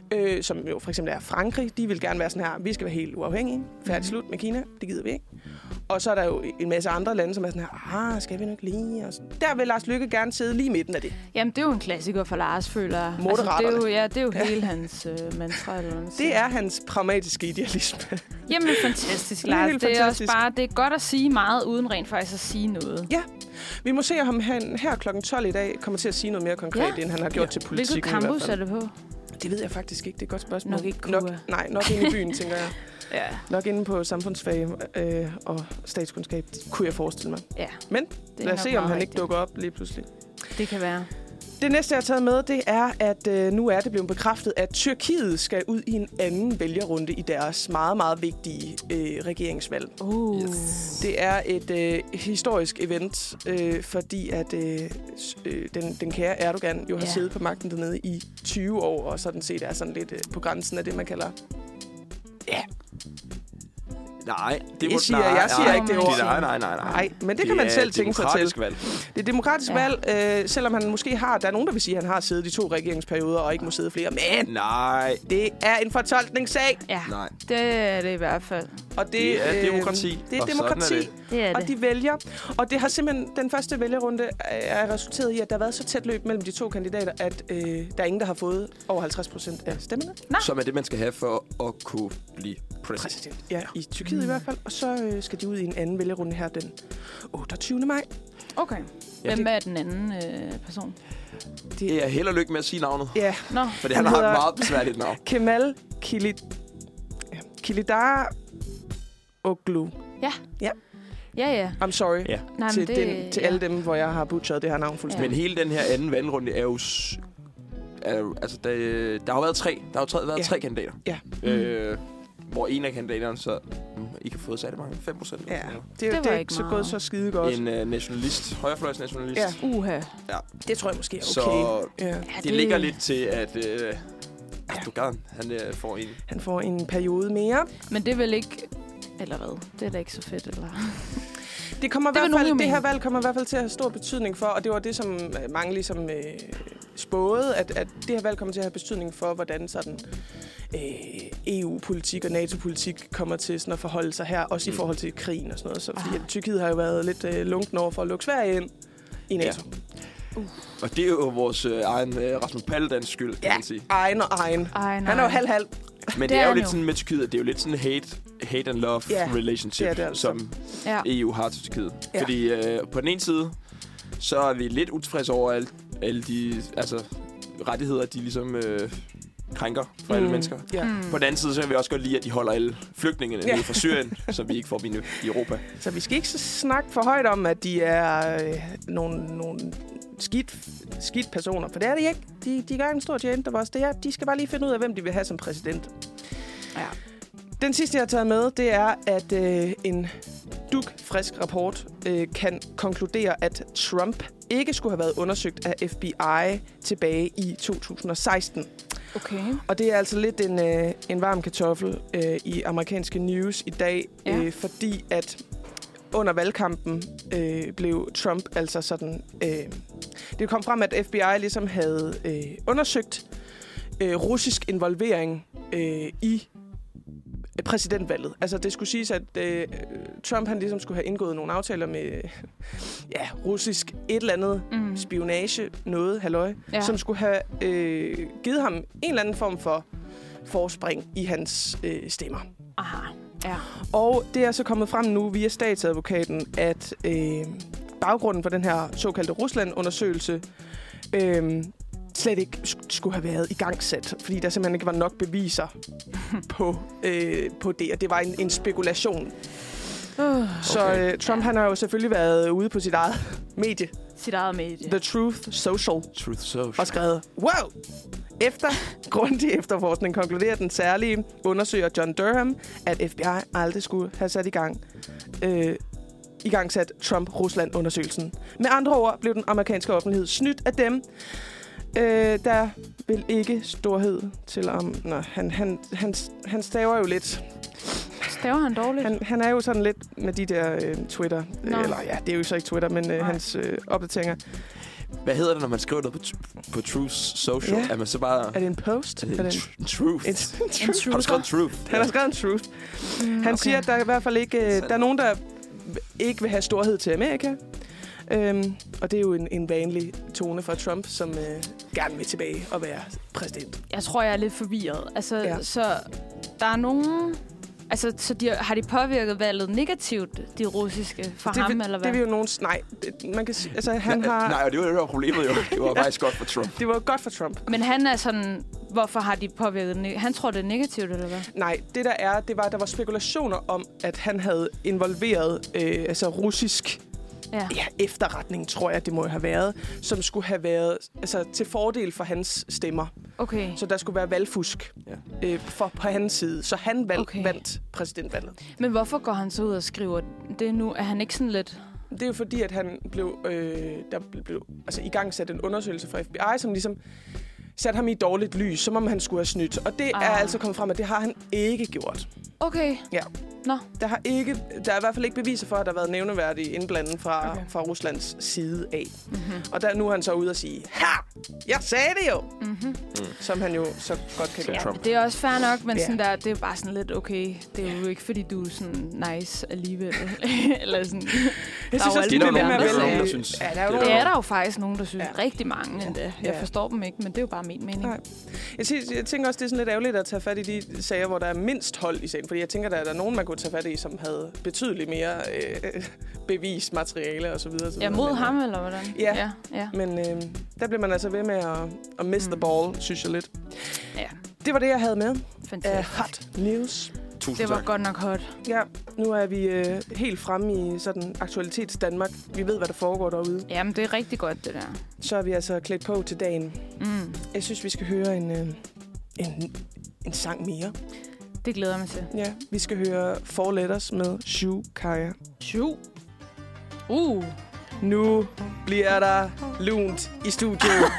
øh, som jo for eksempel er Frankrig. De vil gerne være sådan her, vi skal være helt uafhængige. Færdig slut med Kina. Det gider vi ikke. Og så er der jo en masse andre lande, som er sådan her, ah, skal vi nok lige? Og der vil Lars Løkke gerne sidde lige i midten af det. Jamen, det er jo en klassiker for Lars, føler jeg. Moderaterne. Altså, det er jo, ja, det er jo ja. hele hans øh, mantra. Eller noget. Det er hans pragmatiske idealisme. Jamen, fantastisk, Det er Lars. helt Det er fantastisk. også bare, det er godt at sige meget, uden rent faktisk at sige noget. Ja, vi må se, om han her klokken tolv i dag kommer til at sige noget mere konkret, Ja. end han har gjort Ja. til politikken. Hvilket campus er det på? Det ved jeg faktisk ikke. Det er et godt spørgsmål. Nok ikke nok, Cuba. Nej, nok inde i byen, tænker jeg. Ja. Nok inde på samfundsfag øh, og statskundskab, kunne jeg forestille mig. Ja, Men det er lad os nok se, om meget han rigtigt. ikke dukker op lige pludselig. Det kan være. Det næste, jeg har taget med, det er, at øh, nu er det blevet bekræftet, at Tyrkiet skal ud i en anden vælgerrunde i deres meget, meget vigtige øh, regeringsvalg. Uh. Yes. Det er et øh, historisk event, øh, fordi at øh, øh, den, den kære Erdogan jo har Ja. siddet på magten dernede i tyve år, og sådan set er sådan lidt øh, på grænsen af det, man kalder... Ja, Nej, Det må- siger- nej, jeg siger nej, ikke det ord. Nej, nej, nej, nej. nej, men det kan man selv tænke sig til. Det er et demokratisk valg. Det er et demokratisk Ja. valg, øh, selvom han måske har... Der er nogen, der vil sige, at han har siddet i to regeringsperioder og ikke må sidde flere. Men Nej, det er en fortolkningssag, Ja, nej. det er det i hvert fald. og det, Det er øh, demokrati, Det er og sådan demokrati. er det. Det er Og det. de vælger. Og det har simpelthen, den første vælgerrunde er resulteret i, at der har været så tæt løb mellem de to kandidater, at øh, der er ingen, der har fået over halvtreds procent af stemmerne. Som er det, man skal have for at kunne blive præsident. Præsident. Ja, i Tyrkiet mm. i hvert fald. Og så øh, skal de ud i en anden vælgerunde her den otteogtyvende maj. Okay. Ja, Hvem det- er den anden øh, person? Det er held og lykke med at sige navnet. Ja, Nå, Fordi Han han har hedder- et meget besværligt navn. Kemal Kilit... Ja. Kilidar Oglu. ja, ja. I'm sorry Ja. Nej, til, men det, den, til ja. alle dem, hvor jeg har butcheret det her navn fuldstændig. Men hele den her anden valgrunde er jo... s- Er, jo- altså, der, der har jo været tre. Der har jo tre, været Ja. tre kandidater. Ja. Øh, hvor en af kandidaterne så... Mm, I kan få særlig mange. fem procent. Ja, det, er jo- Det det, var det er ikke ikke så meget. gået så skide godt. En uh, nationalist. Højrefløjsnationalist. Ja. Uha. Det tror jeg måske er Så okay. Ja. Ja, det ligger lidt til, at... Øh, Erdogan, han øh, får en... Han får en periode mere. Men det er vel ikke... Eller hvad? Det er da ikke så fedt, eller? Det kommer i Det vil hvert nogen fald, jo det mene. her valg kommer i hvert fald til at have stor betydning for, og det var det, som øh, mange ligesom øh, spåede, at, at det her valg kommer til at have betydning for, hvordan sådan øh, E U-politik og NATO-politik kommer til sådan at forholde sig her, også i forhold til krigen og sådan noget. Så, fordi Ah. at Tyrkiet har jo været lidt øh, lunken over for at lukke Sverige ind i NATO. Og det er jo vores øh, egen øh, Rasmus Paludans skyld, kan Ja, man sige. egen og egen. Ej, nej. Han er jo halv-halv. Men Det det er er jo han lidt jo. sådan med Tyrkiet, at det er jo lidt sådan en hate, hate and love Ja, relationship, det er det altså. som Ja. E U har til Tyrkiet. Ja. Fordi øh, på den ene side, så er vi lidt utilfredse over alle, alle de altså, rettigheder, de ligesom øh, krænker for mm. alle mennesker. Ja. Mm. På den anden side, så kan vi også godt lide, at de holder alle flygtningene Ja. nede fra Syrien, så vi ikke får dem i Europa. Så vi skal ikke så snakke for højt om, at de er øh, nogle, nogle skidt, skidt personer, for det er de ikke. De, de gør en stor tjeneste for os. Det er, de skal bare lige finde ud af, hvem de vil have som præsident. Ja. Den sidste, jeg har taget med, det er, at øh, en dugfrisk rapport øh, kan konkludere, at Trump ikke skulle have været undersøgt af F B I tilbage i to tusind og seksten. Okay. Og det er altså lidt en, øh, en varm kartoffel øh, i amerikanske news i dag, Ja. øh, fordi at under valgkampen øh, blev Trump altså sådan... Øh, det kom frem, at F B I ligesom havde øh, undersøgt øh, russisk involvering øh, i præsidentvalget. Altså det skulle siges, at øh, Trump han ligesom skulle have indgået nogle aftaler med ja, russisk et eller andet Mm. spionage, noget, halløj, Ja. som skulle have øh, givet ham en eller anden form for forspring i hans øh, stemmer. Aha. Ja. Og det er så kommet frem nu via statsadvokaten, at øh, baggrunden for den her såkaldte Rusland-undersøgelse øh, slet ikke sk- skulle have været igangsat, fordi der simpelthen ikke var nok beviser på, øh, på det, og det var en, en spekulation. Uh, Så Okay. øh, Trump han har jo selvfølgelig været ude på sit eget medie, sit eget medie. The Truth Social, Truth Social. og skrevet, wow! Efter grundig efterforskning konkluderer den særlige undersøger John Durham, at F B I aldrig skulle have sat i gang øh, i gang sat Trump-Rusland-undersøgelsen. Med andre ord blev den amerikanske offentlighed snydt af dem, øh, der vil ikke storhed til om... Nå, han, han, han, han staver jo lidt. Staver han dårligt? Han, han er jo sådan lidt med de der øh, Twitter... Nå. Eller ja, det er jo så ikke Twitter, men øh, Nej. hans øh, opdateringer. Hvad hedder det, når man skriver noget på, på Truth Social? Ja. Er man så bare... Er det en post? Er det er en det tr- truth? en, en truth? Har du skrevet truth? Han har skrevet en truth. Mm, Han okay. siger, at der i hvert fald ikke... Der er nogen, der ikke vil have storhed til Amerika. Øhm, og det er jo en, en vanlig tone fra Trump, som øh, gerne vil tilbage og være præsident. Jeg tror, jeg er lidt forvirret. Altså, Ja. ja. så der er nogen... Altså, så de, har de påvirket valget negativt, de russiske, for det, ham, vil, eller hvad? det vil jo nogen... Nej, det, man kan sige... Altså, han nej, har... nej, og det var det, der var problemet jo. Det var faktisk godt for Trump. Det var godt for Trump. Men han er sådan... Hvorfor har de påvirket... Ne- han tror, det er negativt, eller hvad? Nej, det der er, det var, at der var spekulationer om, at han havde involveret øh, altså russisk Ja. ja, efterretning, tror jeg, det må have været, som skulle have været altså, til fordel for hans stemmer. Okay. Så der skulle være valgfusk Ja. øh, for, på hans side. Så han valg, Okay. vandt præsidentvalget. Men hvorfor går han så ud og skriver det nu? Er han ikke sådan lidt... Det er jo fordi, at han blev, øh, der blev altså, i gang sat en undersøgelse fra F B I, som ligesom satte ham i et dårligt lys, som om han skulle have snydt. Og det ah. er Ah. altså kommet frem, at det har han ikke gjort. Okay. Ja. Nå. Der, har ikke, der er i hvert fald ikke beviser for, at der har været nævneværdig indblanding fra, Okay. fra Ruslands side af. Mm-hmm. Og der, nu er han så ude og sige, ha! Jeg sagde det jo! Mm-hmm. Som han jo så godt kan Så gøre. Trump. Det er også fair nok, men Ja. sådan der, det er bare sådan lidt okay. Det er jo ikke, fordi du er sådan nice alligevel. Eller sådan. Jeg Der er synes jo også, alle det er mulige med at andre, vælge. der synes- Ja, der er jo det nogle- Det er der jo faktisk nogen, der synes. Ja. Rigtig mange endda. Jeg Ja. forstår dem ikke, men det er jo bare min mening. Nej. Jeg, synes, jeg tænker også, det er sådan lidt ærgerligt at tage fat i de sager, hvor der er mindst hold i sagen. Fordi jeg tænker, der er der nogen, man kunne tage fat i, som havde betydeligt mere øh, bevismateriale og så videre. Så Ja, videre. mod Men, ham, eller hvordan? Ja. Ja, ja. Men øh, der bliver man altså ved med at, at miss mm. the ball, synes jeg lidt. ja. Det var det, jeg havde med af Fantastisk. hot news. Tusind Det var tak. godt nok hot. Ja, nu er vi øh, helt fremme i sådan aktualitets Danmark. Vi ved, hvad der foregår derude. Jamen, det er rigtig godt, det der. Så er vi altså klædt på til dagen. Mm. Jeg synes, vi skal høre en, øh, en, en sang mere. Det glæder jeg mig til. Ja, vi skal høre Four Letters med Shu Kaya. Sju. Uh. Nu bliver der lunt i studiet.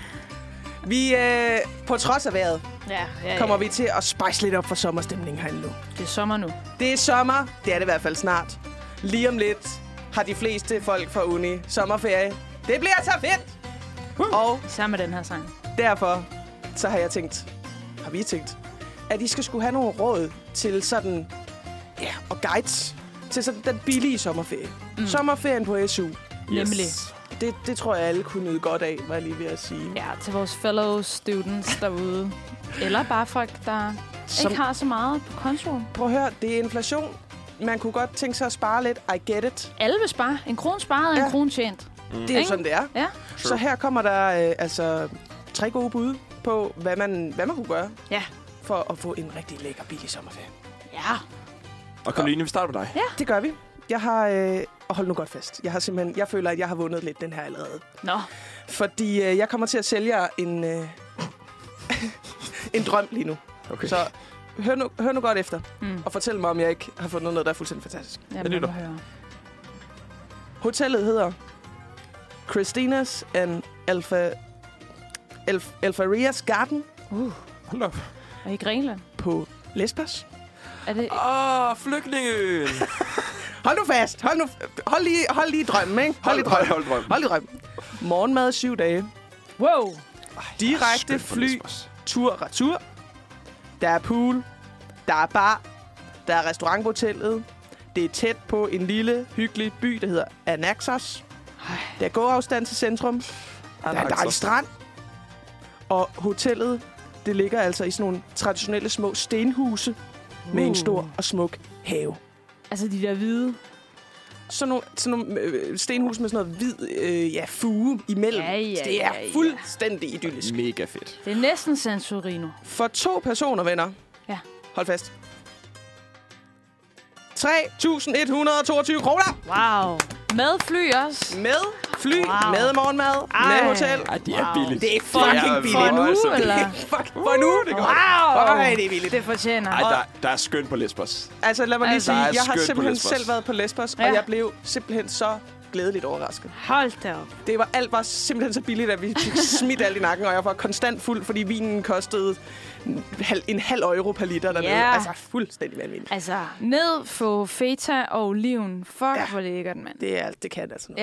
Vi, øh, på trods af vejret, Ja, ja, kommer ja. vi til at spice lidt op for sommerstemningen herinde nu. Det er sommer nu. Det er sommer. Det er det i hvert fald snart. Lige om lidt har de fleste folk fra uni sommerferie. Det bliver så fedt! Og Især med den her sang. derfor så har jeg tænkt, har vi tænkt, at I skal skulle have nogle råd til sådan, ja, og guides til sådan den billige sommerferie. Mm. Sommerferien på S U. Nemlig. Det, det tror jeg, alle kunne nyde godt af, var jeg lige ved at sige. Ja, til vores fellow students derude. Eller bare folk, der Som, ikke har så meget på kontoen. prøv at høre, det er inflation. Man kunne godt tænke sig at spare lidt. I get it. Alle vil spare. En krone sparet og Ja. en krone tjent. Mm. Det er jo Ikke? sådan, det er. Ja. Så her kommer der øh, altså tre gode bud på, hvad man, hvad man kunne gøre Ja. for at få en rigtig lækker, billig sommerferie. Ja. Og Karoline, vi starter med dig. Ja. Det gør vi. Jeg har... Øh, og hold nu godt fast. Jeg har simpelthen... Jeg føler, at jeg har vundet lidt den her allerede. Nå. Fordi øh, jeg kommer til at sælge jer en... Øh, en drøm lige nu. Okay. Så hør nu, hør nu godt efter. Mm. Og fortæl mig, om jeg ikke har fundet noget, der er fuldstændig fantastisk. Ja, lytter. må høre. Hotellet hedder Christina's and Alfa... Alf, Alfarias Garden Uh. Hold op. Er I Grækenland? på Lesbos. Er det... Åh, oh, flygtningeøen. Hold nu fast. Hold, nu, hold, lige, hold lige drømmen, ikke? Hold, lige hold, drømmen. hold, drøm. Hold lige drømmen. Morgenmad syv dage. Wow. Direkte Skønt på fly, Lesbos. tur-retur. Der er pool. Der er bar. Der er restaurant på hotellet. Det er tæt på en lille, hyggelig by, der hedder Anaxos. Der er gåafstand til centrum. Der er en dejlig strand. Og hotellet, det ligger altså i sådan nogle traditionelle små stenhuse uh. med en stor og smuk have. Altså de der hvide. Sådan nogle, sådan nogle øh, stenhus med sådan noget hvid øh, ja, fuge imellem. Ja, ja, det er ja, ja. fuldstændig idyllisk. Mega fedt. Det er næsten Santorino. For to personer, venner. Ja. Hold fast. tre tusind et hundrede og toogtyve kroner. Wow. Med fly også. Med fly, Wow. med morgenmad, Ej. med hotel. Ej, det er Wow. billigt. Det er For, fucking Ja, billigt. for en uge, altså. eller? Fuck, for nu. Det Wow. Øj, det er billigt. Det fortjener. Ej, der, der er skønt på Lesbos. Altså, lad mig lige Altså, sige, der er jeg har skønt på simpelthen Lesbos. selv været på Lesbos, og Ja. jeg blev simpelthen så glædeligt overrasket. Hold da op. Det var, alt var simpelthen så billigt, at vi fik smidt alt i nakken, og jeg var konstant fuld, fordi vinen kostede en halv, en halv euro per liter dernede. Ja. Altså, fuldstændig vanvittigt. Altså, ned få feta og oliven. Fuck, Ja. ja. hvor lækkert, mand. Det, er, det kan altså noget. Ja.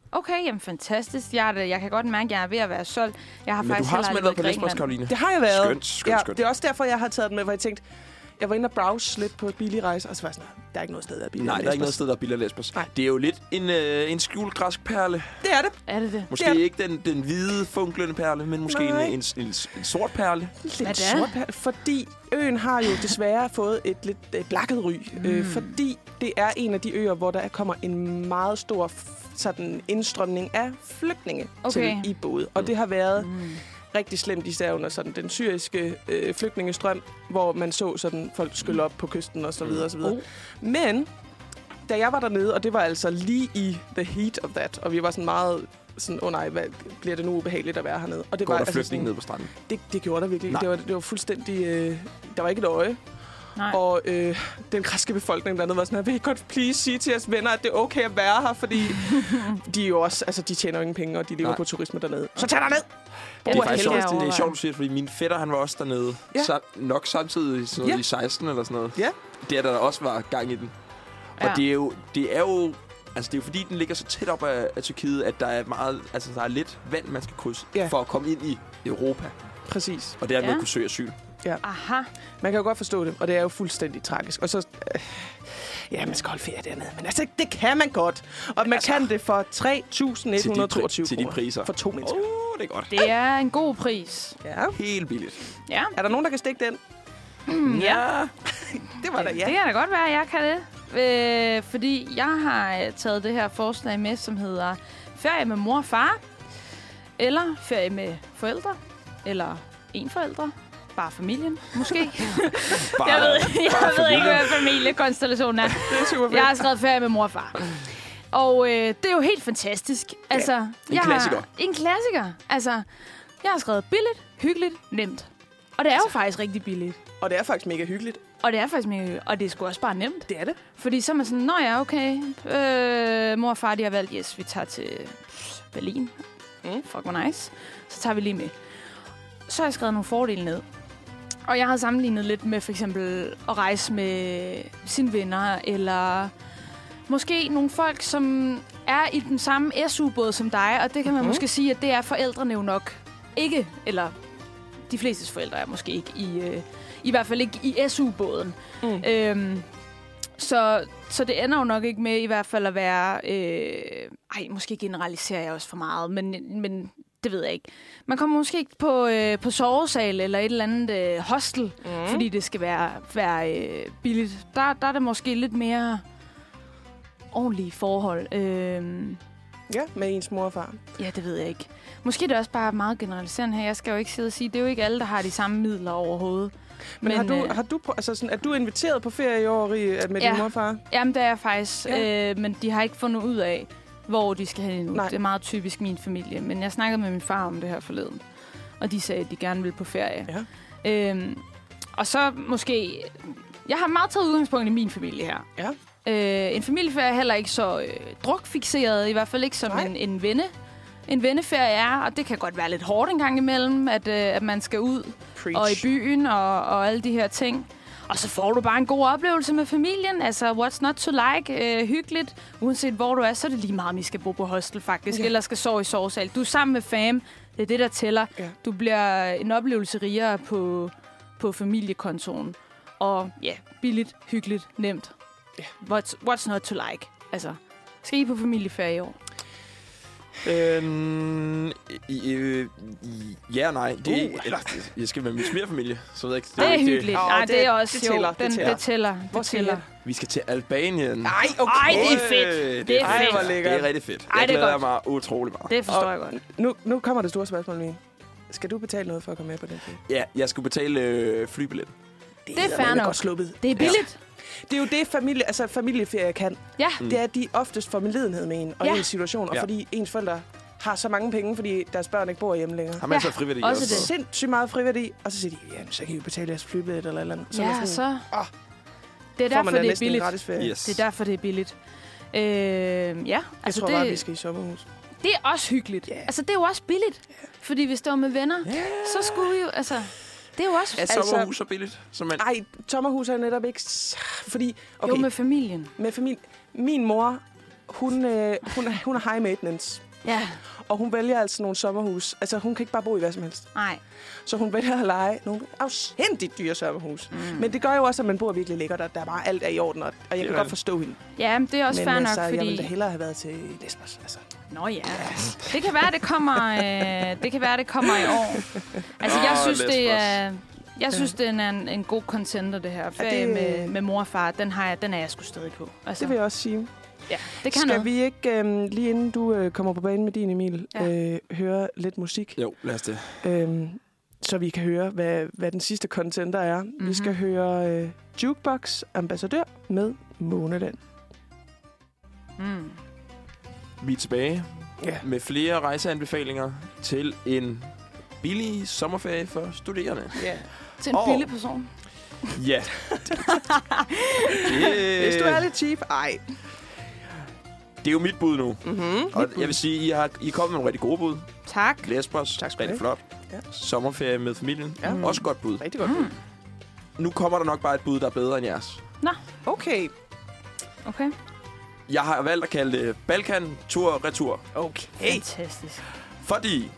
Okay, jamen fantastisk. Jeg, er, jeg kan godt mærke, at jeg er ved at være solgt. Jeg har Men faktisk du har simpelthen været på Lesbos, Karoline. Det har jeg været. Skønt, skønt, ja, skønt. Det er også derfor, jeg har taget den med, hvor jeg tænkte, jeg var inde og browse lidt på et billig rejse, og så var jeg sådan, der er ikke noget sted, der er billigere. Nej, der er ikke noget sted, der er billigere Lesbos. Nej. Det er jo lidt en, øh, en skjult græsk perle. Det er det. Er det det? Måske det er... ikke den, den hvide, funklende perle, men måske en, en, en, en sort perle. Lidt Hvad sort perle, fordi øen har jo desværre fået et lidt et blakket ry. Mm. Øh, fordi det er en af de øer, hvor der kommer en meget stor sådan indstrømning af flygtninge Okay. til i både. Og det har været... Mm. rigtig slemt, især under sådan den syriske øh, flygtningestrøm, hvor man så sådan folk skylle op på kysten og så videre og så videre. Oh. Men da jeg var dernede, og det var altså lige i the heat of that, og vi var sådan meget sådan, åh oh nej, hvad, bliver det nu ubehageligt at være hernede? Og det Går var der altså flygtninge sådan, ned på stranden? det, det gjorde der virkelig. Nej. Det var, det var fuldstændig... Øh, der var ikke et øje. Nej. Og øh, den græske befolkning dernede var sådan her, vil I godt please sige til jeres venner, at det er okay at være her, fordi de er jo også, altså de tjener jo ingen penge, og de lever Nej. på turisme dernede. Så tag dig ned! Det er Hvor faktisk helvede. sjovt, det er sjovt, du siger, fordi min fætter, han var også dernede. Ja. Sam, nok samtidig sådan noget Ja. i seksten eller sådan noget. Ja. Der, der også var gang i den. Og Ja. det er jo... Det er jo Altså, det er jo fordi, den ligger så tæt op af, af Tyrkiet, at der er meget, altså, der er lidt vand, man skal krydse, Ja. for at komme ind i Europa. Præcis. Og dermed Ja. kunne søge asyl. Aha. Man kan jo godt forstå det, og det er jo fuldstændig tragisk. Og så... Øh, ja, man skal holde ferie dernede. Men altså, det kan man godt. Og man Altså, kan det for tre tusind et hundrede og toogtyve til de kroner. priser. For to mennesker. Åh, oh, det er godt. Det er en god pris. Ja. Helt billigt. Ja. Er der nogen, der kan stikke den? Ja. Det var da ja. Det kan da godt være, at jeg kan det. Øh, fordi jeg har øh, taget det her forslag med, som hedder ferie med mor og far. Eller ferie med forældre. Eller en forældre. Bare familien, måske. Bare, jeg ved, jeg bare ved familien. ikke, hvad familiekonstellationen er. Det er super fedt. Jeg har skrevet ferie med mor og far. Og øh, det er jo helt fantastisk. Altså, en jeg klassiker. Har, en klassiker. Altså, jeg har skrevet billigt, hyggeligt, nemt. Og det er jo faktisk rigtig billigt. Og det er faktisk mega hyggeligt. Og det er faktisk mega, og det er sgu også bare nemt. Det er det. Fordi så er man sådan, nå ja, okay. Øh, mor og far, de har valgt, yes, vi tager til Berlin. Mm. Fuck, hvor nice. Så tager vi lige med. Så har jeg skrevet nogle fordele ned. Og jeg har sammenlignet lidt med for eksempel at rejse med sine venner, eller måske nogle folk, som er i den samme S U-båd som dig, og det kan man mm. måske sige, at det er forældrene jo nok ikke, eller de flestes forældre er måske ikke i, øh, i hvert fald ikke i S U-båden. Mm. Øhm, så, så det ender jo nok ikke med i hvert fald at være... Øh, ej, måske generaliserer jeg også for meget, men, men det ved jeg ikke. Man kommer måske ikke på, øh, på sovesal eller et eller andet øh, hostel, mm. fordi det skal være, være øh, billigt. Der, der er det måske lidt mere ordentlige forhold. Øhm, Ja, med ens mor og far. ja, det ved jeg ikke. Måske er det også bare meget generaliserende her. Jeg skal jo ikke sidde og sige, det er jo ikke alle, der har de samme midler overhovedet. Men, Men har du, øh, har du, prø- altså sådan, er du inviteret på ferie i år Rie, med Ja. din mor og far? Jamen, det er jeg faktisk. Ja. Øh, men de har ikke fundet ud af, hvor de skal hen endnu. Nej. Det er meget typisk min familie. Men jeg snakkede med min far om det her forleden. Og de sagde, at de gerne ville på ferie. Ja. Øhm, og så måske... Jeg har meget taget udgangspunkt i min familie her. Ja. Øh, en familieferie er heller ikke så øh, drukfixeret. I hvert fald ikke som en, en venne. En venneferie er, og det kan godt være lidt hårdt en gang imellem, at, øh, at man skal ud Preach. og i byen og, og alle de her ting. Og så får du bare en god oplevelse med familien. Altså, what's not to like? Øh, hyggeligt. Uanset hvor du er, så er det lige meget, om I skal bo på hostel, faktisk. Ja. Ja. Eller skal sove i sovesal. Du er sammen med fam. Det er det, der tæller. Ja. Du bliver en oplevelse rigere på, på familiekontoen. Og ja, billigt, hyggeligt, nemt. Ja. What's, what's not to like? Altså, skal I på familieferie i år? Øhm, i, øh, i, ja og nej. Det, Uh. eller, jeg skal med min svigerfamilie, så ved jeg ikke. Det er ikke hyggeligt. Åh, Nej, det- det er også det tæller, jo. det Den, tæller. det tæller. Hvor Det skal I tæller. hen? Vi skal til Albanien. Nej, okay. Ej, det er fedt. Øh, Det er Ej, fedt. hvor lækkert. Det er rigtig fedt. Ej, Jeg det er glæder godt. mig utrolig meget. Det forstår Og- jeg godt. Nu, nu kommer det store spørgsmål, Mie. Skal du betale noget for at komme med på den ferie? Ja, jeg skulle betale øh, flybillet. Det er fair eddermame nok. godt sluppet. Det er billigt. Det er jo det, familie, altså familieferie kan. Ja. Mm. Det er, at de oftest får medlidenhed med en og Ja. ens situation. Og Ja. fordi ens forældre har så mange penge, fordi deres børn ikke bor hjemme længere. Har man Ja, så friværdi også også? det. Sindssygt meget friværdi. Og så siger de, ja, så kan I jo betale jeres flybillet eller et eller andet. Så er Ja, man sådan, så... åh, Det er får derfor, man da det er næsten en billigt. gratis ferie. Yes. Det er derfor, det er billigt. Øh, ja, Jeg altså tror det, bare, vi skal i sommerhus. det er også hyggeligt. Ja. Altså, det er jo også billigt. Fordi hvis det var med venner, så skulle vi jo... Altså, det er jo også... Er Altså- sommerhus så billigt? Så man, Ej, sommerhus er netop ikke... s- Fordi, okay, Jo, med familien. med familie. Min mor, hun, øh, hun, er, hun er high maintenance. Ja. Og hun vælger altså nogle sommerhus. Altså, hun kan ikke bare bo i hvad som helst. Nej. Så hun vælger at lege nogle afsindigt dyre sommerhus. Mm. Men det gør jo også, at man bor virkelig lækkert, og der er bare alt er i orden, og jeg kan godt forstå hende. Ja, men det er også men, fair nok, altså, fordi... jeg ville da hellere have været til Lesbos, altså. Nå ja. Det kan være, det kommer, øh, det kan være, det kommer i år. Altså, jeg synes, det er... Jeg synes, ja. det er en, en god contender, det her. Ferie ja, det... med, med mor og far, den, har jeg, den er jeg sgu stadig på. Altså. Det vil jeg også sige. Ja, det kan Skal noget. vi ikke, øhm, lige inden du øh, kommer på banen med din, Emil, ja. øh, høre lidt musik? Jo, lad os det. Øhm, så vi kan høre, hvad, hvad den sidste contender er. Mm-hmm. Vi skal høre øh, Jukebox Ambassadør med Måneland. Mm. Vi er tilbage ja. med flere rejseanbefalinger til en billig sommerferie for studerende. Ja. Til en Og, billig person. Ja. det, det, Hvis du er lidt cheap, ej. Det er jo mit bud nu. Mm-hmm. Og jeg vil sige, I har I er kommet med nogle rigtig gode bud. Tak. Lesbos, tak skal rigtig flot. Ja. Sommerferie med familien, ja. mm. også godt bud. Rigtig godt bud. Mm. Nu kommer der nok bare et bud, der er bedre end jeres. Nå. Okay. Okay. Jeg har valgt at kalde det Balkan Tur Retur. Okay. Fantastisk. Fordi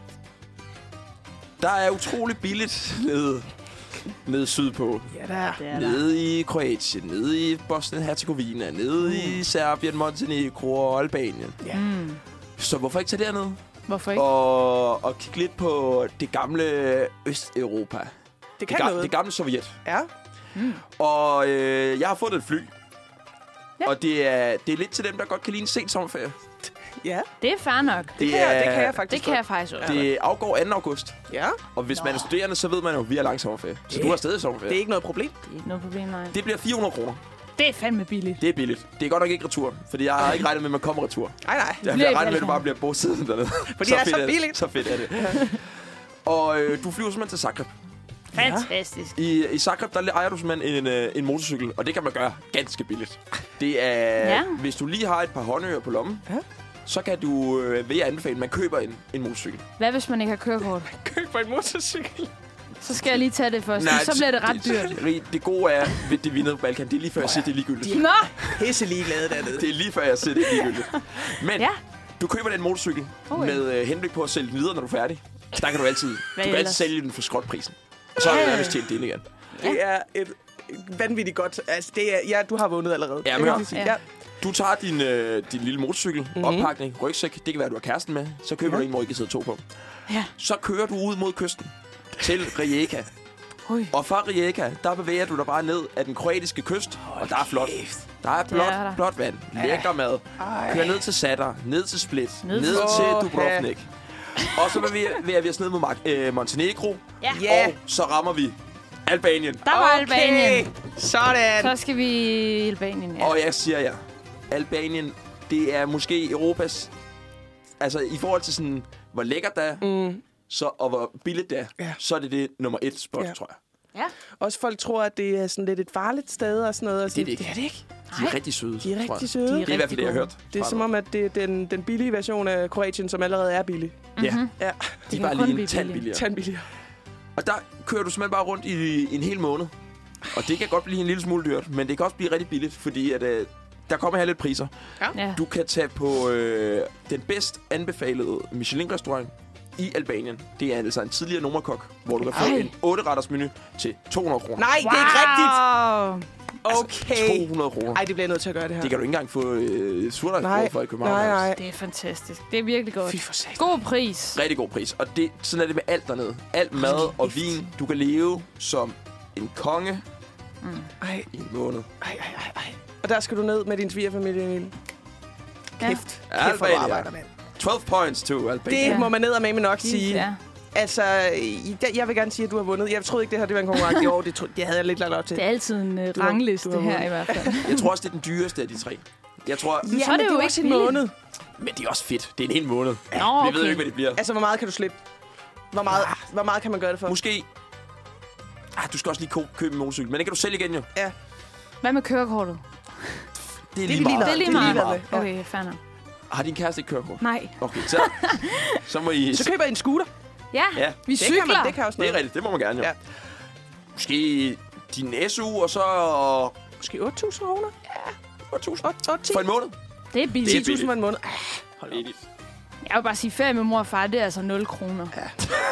der er utrolig billigt nede, nede sydpå. Ja, der er. Det er Nede i Kroatien, nede i Bosnien-Herzegovina, nede mm. i Serbien, Montenegro og Albanien. Ja. Mm. Så hvorfor ikke tage derned? Hvorfor ikke? Og, og kigge lidt på det gamle Østeuropa. Det Det, kan ga- noget. det gamle Sovjet. Ja. Mm. Og øh, jeg har fået et fly. Ja. Og det er, det er lidt til dem, der godt kan lide en sen sommerferie. Ja. Det er fair nok. Det, det, kan, jeg, det kan jeg faktisk Det kan jeg faktisk også. Det afgår anden august. Ja. Og hvis Nå. man er studerende, så ved man jo, at vi har lang sommerferie. Så Det- du har stadig sommerferie. Det er ikke noget problem. Det er ikke noget problem, nej. Det bliver fire hundrede kroner. Det er fandme billigt. Det er billigt. Det er godt nok ikke retur, fordi jeg har ikke regnet med, at man kommer retur. Nej, nej. Jeg bliver har i regnet med, at Balkan. du bare bliver bosiddende dernede. Fordi det er fedt så det. billigt. Så fedt er det. Og øh, du flyver simpelthen til Zagreb. Fantastisk. I, I Zagreb, der ejer du simpelthen en, øh, en motorcykel, og det kan man gøre ganske billigt. Det er, Ja. hvis du lige har et par håndører på lommen, Ja. så kan du, øh, vil jeg anbefale, at man køber en, en motorcykel. Hvad hvis man ikke har kørekort? Køb en motorcykel. Så skal jeg lige tage det først. Nej, så bliver det ret dyrt. Det, det gode er, ved det vi er nede på Balkan, det er lige før, jeg siger, det er ligegyldigt. Nå! Pisse ligeglade dernede. Det er lige før, jeg siger, det er ligegyldigt. Men Ja. du køber den motorcykel Okay. med øh, henblik på at sælge den videre, når du er færdig. Der kan du altid, du kan altid ellers? sælge den for skrotprisen. Og så har du Ja. nærmest tjent det ind igen. Det er et vanvittigt godt... Altså, det er... Ja, du har vundet allerede. Ja, Det men kan hør. jeg sige. Ja. Ja. Du tager din, øh, din lille motorcykel, mm-hmm. oppakning, rygsæk, det kan være, du har kæresten med. Så køber Ja. du en, hvor I kan sidde to på. Ja. Så kører du ud mod kysten til Rijeka. Ui. Og fra Rijeka, der bevæger du dig bare ned ad den kroatiske kyst. Og der er flot. Der er blåt, er der. blåt vand, lækker mad. Ej. Kører ned til Sadar, ned til Split, Ned ned, til- ned Åh, til Dubrovnik. Og så bevæger bevæger vi os ned mod Mar- øh, Montenegro. Ja. Ja. Og så rammer vi Albanien. Der var Albanien. Sådan. Så skal vi i Albanien, ja. Og jeg siger jer, Albanien, det er måske Europas... Altså, i forhold til sådan, hvor lækkert det er, Mm. så, og hvor billigt det er, Ja. så er det det nummer et spot, Ja. tror jeg. Ja. Også folk tror, at det er sådan lidt et farligt sted og sådan noget. Og Det er det sådan, ikke. det er det ikke. De er Nej. rigtig søde, De er tror jeg. rigtig søde. De Det er i hvert fald det, jeg har hørt. Det er fra som dem. om, at det er den, den billige version af Kroatien, som allerede er billig. Ja, Mhm. Ja, de kan er bare kun lige blive en tand billigere. billigere. tand billigere. Og der kører du simpelthen bare rundt i en hel måned. Og det kan godt blive en lille smule dyrt, men det kan også blive rigtig billigt, fordi at, øh, der kommer her lidt priser. Ja. Du kan tage på øh, den bedst anbefalede Michelin-restaurant i Albanien. Det er altså en tidligere nummerkok, hvor du kan få Ej. en otte-retters menu til to hundrede kroner. Nej, det er ikke rigtigt. rigtigt. Okay. to hundrede kroner. Ej, det bliver jeg nødt til at gøre det her. Det kan du ikke engang få øh, Nej, surdejsbrød for i København. nej, nærmest. nej. Det er fantastisk. Det er virkelig godt. Fy for satan. God pris. Rigtig god pris. Og det, sådan er det med alt dernede. Alt mad og vin. Du kan leve som en konge Ej, i en måned. ej, ej, ej, ej. Og der skal du ned med din svigerfamilie, Emil. Ja. Kæft. Ja. Kæft, hvor du Albanien. arbejder, mand. tolv points to Albanien. Det Ja. må man ned og med nok sige. Ja. Altså, i- jeg- jeg vil gerne sige, at du har vundet. Jeg troede ikke, det her det var en konkurrence i år. Det, tro, det havde jeg lidt lagt op til. Det er altid en uh, Du har- rangliste du har her vundet. i hvert fald. Jeg tror også, det er den dyreste af de tre. Jeg tror... Ja, så er men det jo ikke også en billigt. måned. Men det er også fedt. Det er en hel måned. Nå, Vi okay. ved jo ikke, hvad det bliver. Altså, hvor meget kan du slippe? Hvor meget, hvor meget kan man gøre det for? Måske... Ah, du skal også lige ko- købe en motorcykel. Men den kan du sælge igen, jo. Ja. Hvad med kørekortet? Det er vi lige lige meget. Det er lige Det er lige meget. meget. Ja. Okay, fair nok. Har din kæreste ikke kørekort? Nej. Okay, så, så må I... Så køber I en scooter. Ja, Ja, vi Det kan, cykler. man, det kan også det er noget. rigtigt. Det må man gerne, jo. Ja. Måske din S U, og så... Måske otte tusind kroner. otte tusind. otte, otte, ti. For en måned. Det er billigt. ti tusind for en måned. Ah, hold op. Jeg vil bare sige, ferie med mor og far, det er altså nul kroner. Ja.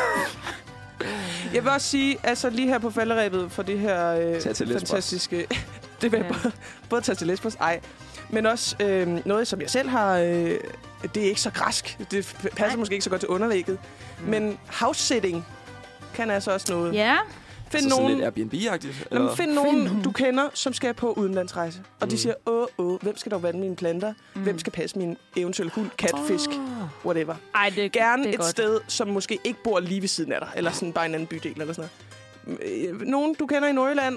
Jeg vil også sige, altså lige her på falderæbet for det her øh, fantastiske... det vil jeg ja. både, både tage til Lesbos, ej. Men også øh, noget, som jeg selv har... Øh, det er ikke så græsk. Det passer Nej. måske ikke så godt til underlægget. Mm. Men house-sitting kan altså også noget. Ja. Find altså nogen, sådan lidt Airbnb-agtigt? Jamen, find nogen, find du kender, som skal på udenlandsrejse. Og mm. de siger, åh, åh, hvem skal dog vande mine planter? Mm. Hvem skal passe min eventuelle hund, kat, fisk, oh. whatever. Ej, det, Gerne det er et godt. sted, som måske ikke bor lige ved siden af dig. Eller sådan bare en anden bydel eller sådan noget. Nogen, du kender i Nordjylland.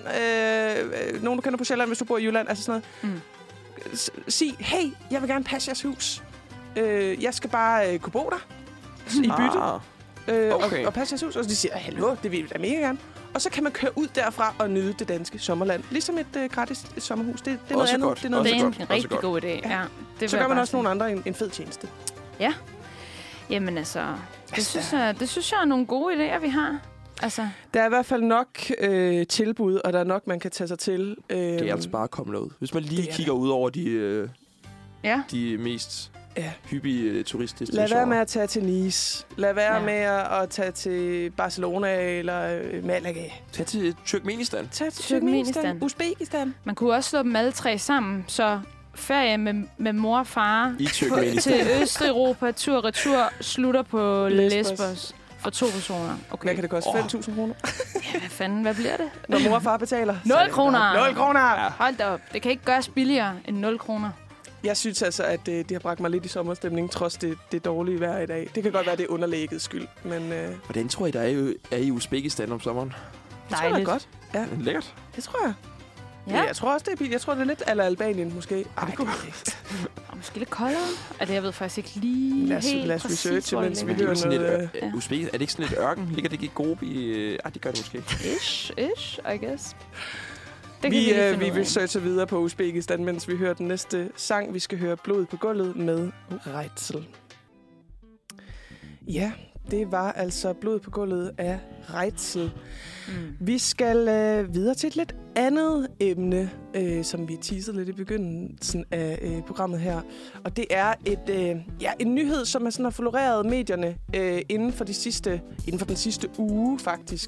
Øh, nogen, du kender på Sjælland, hvis du bor i Jylland. Altså sådan noget. Mm. Sig, hey, jeg vil gerne passe jeres hus. Øh, jeg skal bare øh, kunne bo der. I bytte. Ah. Øh, Okay. og, og passe jeres hus. Og så de siger, hallo, det vil vi da mega gerne. Og så kan man køre ud derfra og nyde det danske sommerland. Ligesom et øh, gratis et sommerhus. Det, det er noget andet. Godt. Det er, noget det er en godt. rigtig god idé. Ja. Ja, det så gør man også nogle andre en, en fed tjeneste. Ja. Jamen altså, det synes, jeg, det synes jeg er nogle gode idéer, vi har. Altså. Der er i hvert fald nok øh, tilbud, og der er nok, man kan tage sig til. Øh, Det er altså bare at komme derud. Hvis man lige kigger ud over de, øh, ja. de mest ja. hyppige øh, turistdestinationer. Lad være med at tage til Nice. Lad være ja. med at, at tage til Barcelona eller øh, Malaga. Tag til Turkmenistan. Tag til Turkmenistan. Turkmenistan. Uzbekistan. Man kunne også slå dem alle tre sammen, så ferie med, med mor og far I Turkmenistan. til Østeuropa, tur og retur, slutter på Lesbos. Lesbos for to personer. Okay. Hvad kan det koste? Oh. fem tusind kroner? Ja, hvad fanden, hvad bliver det? Når mor og far betaler. nul kroner! nul kroner! Ja. Hold da op. Det kan ikke gøres billigere end nul kroner. Jeg synes altså, at øh, det har bragt mig lidt i sommerstemning, trods det, det dårlige vejr i dag. Det kan godt være, det er underlæggets skyld, men... Øh, Hvordan tror I, der er i, er i Uzbekistan om sommeren? det tror jeg godt. Ja, Lækkert. det tror jeg. Ja. Ja. Jeg tror også, det er billigt. Jeg tror, det er lidt eller Albanien, måske. Ej, det det kunne- Og måske lidt koldere. Er det, jeg ved faktisk ikke lige Lad os- helt lad os præcis, researche, hvor det mens vi ligger. hører Sådan noget, lidt, øh, øh, Uzbekistan, er det ikke sådan lidt ørken? Ligger det ikke i Gobi? Øh, ah, det gør det måske. Ish, ish, I guess. Det Vi, kan vi, øh, finde vi ud vil af. søge videre på Uzbekistan, mens vi hører den næste sang. Vi skal høre Blod på gulvet med Reitzel. Ja, det var altså Blod på gulvet af Reitzel. Mm. Vi skal øh, videre til et lidt andet emne, øh, som vi teasede lidt i begyndelsen af øh, programmet her. Og det er et, øh, ja, en nyhed, som er sådan har floreret medierne øh, inden, for de sidste, inden for den sidste uge, faktisk.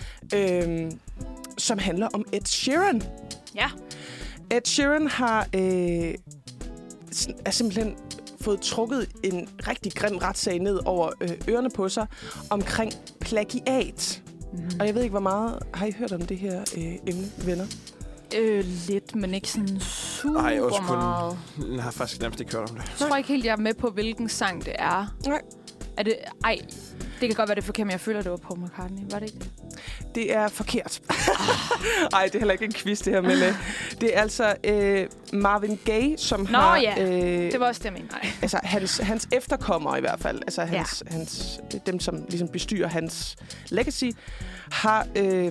Øh, som handler om Ed Sheeran. Ja. Ed Sheeran har øh, sådan- er simpelthen fået trukket en rigtig grim retssag ned over øh, ørerne på sig omkring plagiat. Mm. Og jeg ved ikke, hvor meget har I hørt om det her øh, emne, venner? Øh, lidt, men ikke sådan super Ej, også kun- meget. Jeg har faktisk nærmest ikke hørt om det. Jeg tror ikke helt, jeg er med på, hvilken sang det er. Nej. Er det... Ej, det kan godt være, det er forkert, men jeg føler, det var Paul McCartney. Var det ikke det? Det er forkert. Ej, det er heller ikke en quiz, det her, men øh, det er altså øh, Marvin Gaye, som Nå, har... ja. Øh, Det var også det, jeg mente. Nej. altså, hans, hans efterkommere i hvert fald, altså hans, ja. hans, dem, som ligesom bestyrer hans legacy, har øh,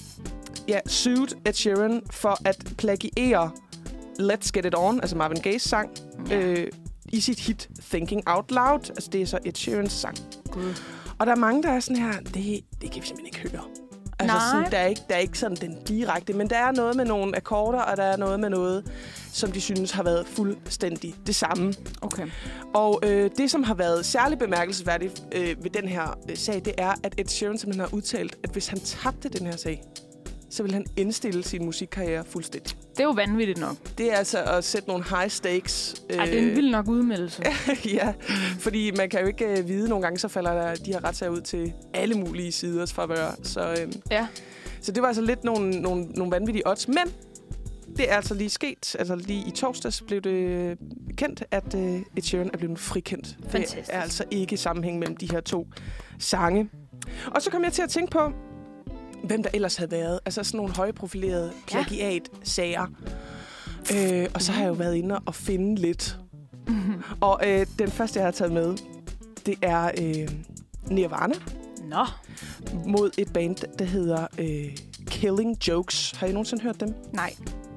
ja, sued Ed Sheeran for at plagiere Let's Get It On, altså Marvin Gayes sang, Ja. øh, i sit hit Thinking Out Loud. Altså, det er så Ed Sheerans sang. Gud. Og der er mange, der er sådan her, det, det kan vi simpelthen ikke høre. Altså, Nej. sådan, der, er ikke, der er ikke sådan den direkte, men der er noget med nogle akkorder, og der er noget med noget, som de synes har været fuldstændig det samme. Okay. Og øh, det, som har været særlig bemærkelsesværdigt øh, ved den her øh, sag, det er, at Ed Sheeran simpelthen har udtalt, at hvis han tabte den her sag, så vil han indstille sin musikkarriere fuldstændig. Det er jo vanvittigt nok. Det er altså at sætte nogle high stakes. Øh, Ej, det er en vild nok udmeldelse. ja, fordi man kan jo ikke øh, vide nogle gange, så falder der de her retssager ud til alle mulige siders favør. Så, øh, Ja. så det var altså lidt nogle, nogle, nogle vanvittige odds. Men det er altså lige sket. Altså lige i torsdags blev det kendt, at øh, Ed Sheeran er blevet frikendt. Fantastisk. Det er altså ikke sammenhæng mellem de her to sange. Og så kom jeg til at tænke på, hvem der ellers havde været. Altså sådan nogle højprofilerede plagiat-sager. Øh, og så har jeg jo været inde og finde lidt. Mm-hmm. Og øh, den første, jeg har taget med, det er øh, Nirvana Nå. mod et band, der hedder øh, Killing Jokes. Har I nogensinde hørt dem? Nej.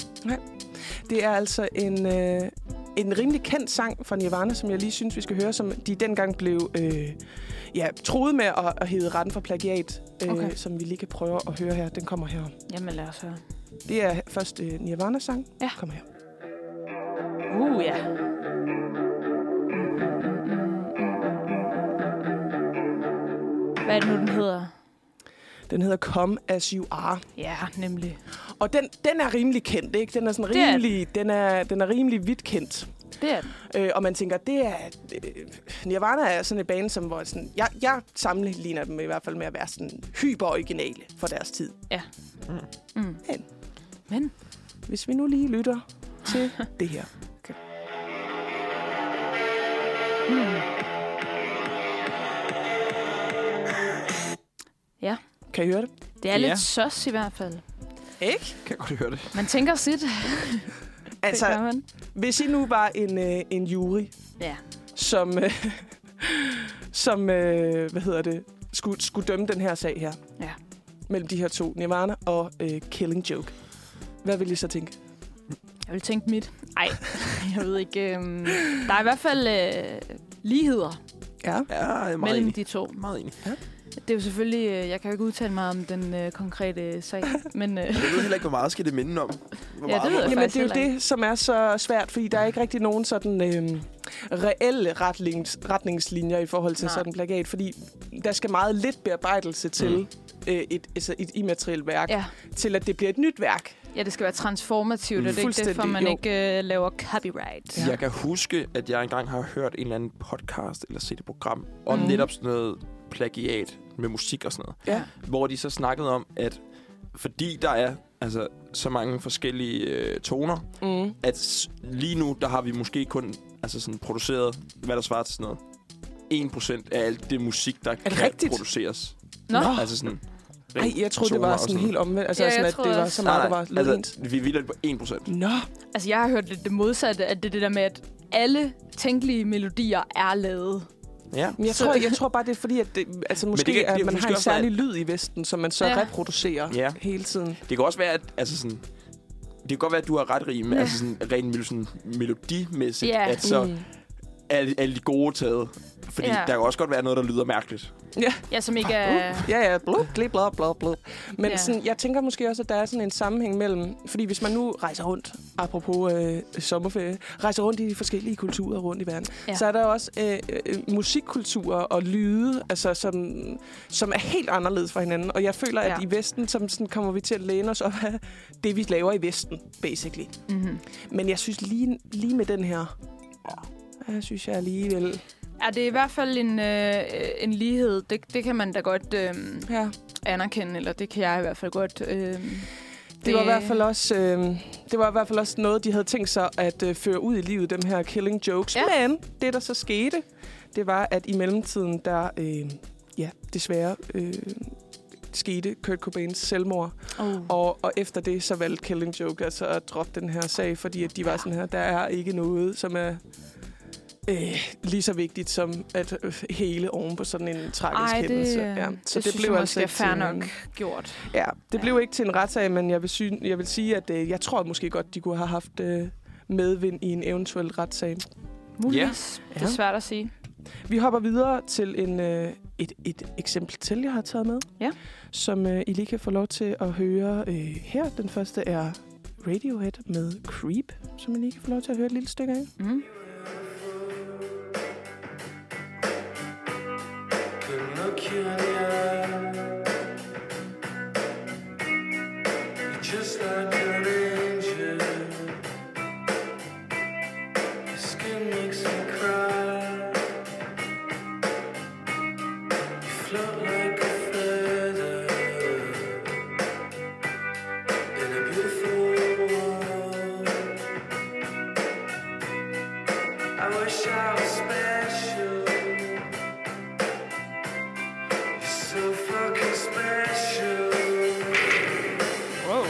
Det er altså en, øh, en rimelig kendt sang fra Nirvana, som jeg lige synes, vi skal høre, som de dengang blev øh, ja, troet med at, at hedde retten for plagiat, øh, Okay. som vi lige kan prøve at høre her. Den kommer her. Jamen, lad os høre. Det er først øh, Nirvana-sang. Ja. Kommer her. Uh, ja. Hvad er det nu, den hedder? Den hedder Come As You Are. Ja, nemlig. Og den, den er rimelig kendt, ikke? Den er sådan rimelig, er den. Den, er, den er rimelig vidt kendt. Det er den. Øh, og man tænker, det er... Øh, Nirvana er sådan et band, som hvor sådan... Jeg, jeg sammenligner dem i hvert fald med at være sådan hyper-originale for deres tid. Ja. Mm. Mm. Men, Men hvis vi nu lige lytter til det her. Okay. Mm. Ja. Kan I høre det? Det er Ja. lidt søs i hvert fald. Ikke? Kan jeg godt høre det. Man tænker sit. Altså, det gør man. hvis I nu var en, øh, en jury, Ja. som, øh, som øh, hvad hedder det, skulle, skulle dømme den her sag her, Ja. mellem de her to, Nirvana og øh, Killing Joke, hvad vil I så tænke? Jeg vil tænke mit. Ej, jeg ved ikke. Øhm, der er i hvert fald øh, ligheder Ja. Ja, jeg er meget mellem enig. de to. Meget enig. Ja. Det er jo selvfølgelig... Øh, jeg kan jo ikke udtale mig om den øh, konkrete sag, men... Øh, Jeg ved heller ikke, hvor meget skal det minde om. Hvor Ja, det meget ved jeg Jamen, faktisk det er jo heller ikke. det, som er så svært, fordi der er ikke rigtig nogen sådan øh, reelle retlings, retningslinjer i forhold til Nej. sådan en plagiat, fordi der skal meget lidt bearbejdelse til Mm. øh, et, altså et immaterielt værk, ja. til at det bliver et nyt værk. ja, det skal være transformativt, Mm. og det er ikke derfor, Fuldstændig, man jo. ikke øh, laver copyright. Ja. Jeg kan huske, at jeg engang har hørt en eller anden podcast eller set et program om Mhm. mm. netop sådan noget plagiat med musik og sådan noget. Ja. Hvor de så snakkede om, at fordi der er altså så mange forskellige øh, toner, Mm. at s- lige nu, der har vi måske kun altså sådan produceret, hvad der svarer til sådan noget, en procent af alt det musik, der det kan rigtigt? produceres. Nå, Nå. Altså sådan... Ej, jeg troede, det toner var og sådan noget. helt omvendt. Altså, Ja, sådan, jeg at troede det var også- så meget, Nej, der nej, var lød ens. altså, vi er vildt på en procent. Nå, altså jeg har hørt lidt det modsatte, at det er det der med, at alle tænkelige melodier er lavet. Ja. men jeg Så- tror, jeg tror bare, det er fordi, at det, altså, måske, det kan- at det er man måske har en også være- særlig lyd i Vesten, som man så Ja. reproducerer Ja. hele tiden. Det kan også være, at altså sådan, det kan godt være, at du har ret, Rie, men Ja. altså sådan, rent mel- sådan, melodimæssigt, Ja. at så Mm. er alle de gode taget. Fordi Ja. der kan også godt være noget, der lyder mærkeligt. Ja. Ja, som ikke er... Ja, ja, blub, blub, blub, blub, blub. Men Ja. sådan, jeg tænker måske også, at der er sådan en sammenhæng mellem... Fordi hvis man nu rejser rundt, apropos øh, sommerferie, rejser rundt i de forskellige kulturer rundt i verden, Ja. ja. så er der også øh, øh, musikkulturer og lyde, altså, som, som er helt anderledes fra hinanden. Og jeg føler, Ja. at i Vesten, som sådan, kommer vi til at læne os op af det, vi laver i Vesten, basically. Mm-hmm. Men jeg synes lige, lige med den her... Jeg synes jeg alligevel... Ja, det er i hvert fald en, øh, en lighed. Det, det kan man da godt øh, Ja. anerkende, eller det kan jeg i hvert fald godt. Øh, det, Det var i hvert fald også, øh, det var i hvert fald også noget, de havde tænkt sig at øh, føre ud i livet, dem her killing jokes. Ja. Men det, der så skete, det var, at i mellemtiden, der øh, ja, desværre øh, skete Kurt Cobains selvmord. Oh. Og, og efter det, så valgte Killing Joke altså at droppe den her sag, fordi at de var sådan her, der er ikke noget, som er øh, lige så vigtigt som at øh, hele oven på sådan en tragisk Ej, det, hændelse. Ja, ja, så det, det, synes blev jeg altså måske er ikke fair til, øh, nok gjort. Ja, det Ja. blev ikke til en retssag, men jeg vil, sy- jeg vil sige, at øh, jeg tror måske godt, de kunne have haft øh, medvind i en eventuel retssag. Muligvis. Ja. Det er svært at sige. Vi hopper videre til en, øh, et, et eksempel til, jeg har taget med, Ja. som øh, I lige kan få lov til at høre øh, her. Den første er Radiohead med Creep, som I lige kan få lov til at høre et lille stykke af. Mm. Just like an angel, your skin makes me cry. You float like a feather in a beautiful world. I wish I was special. You're so fucking special. Wow.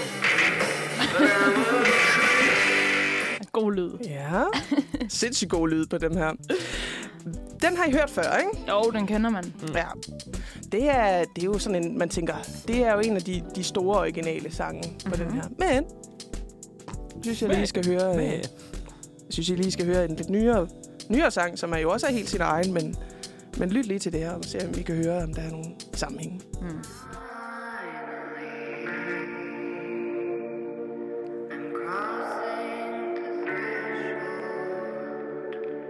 God lyd. Ja, sindssygt god lyd på dem her. Den har I hørt før, ikke? Jo, den kender man. Mm. Ja. Det er, det er jo sådan en, man tænker, det er jo en af de, de store originale sange på Mhm. den her. Men, synes jeg lige skal høre, øh, jeg synes jeg lige skal høre en lidt nyere, nyere sang, som er jo også er helt sin egen, men, men lyt lige til det her, og se om vi kan høre, om der er nogen sammenhæng. Mm. Crossing the threshold.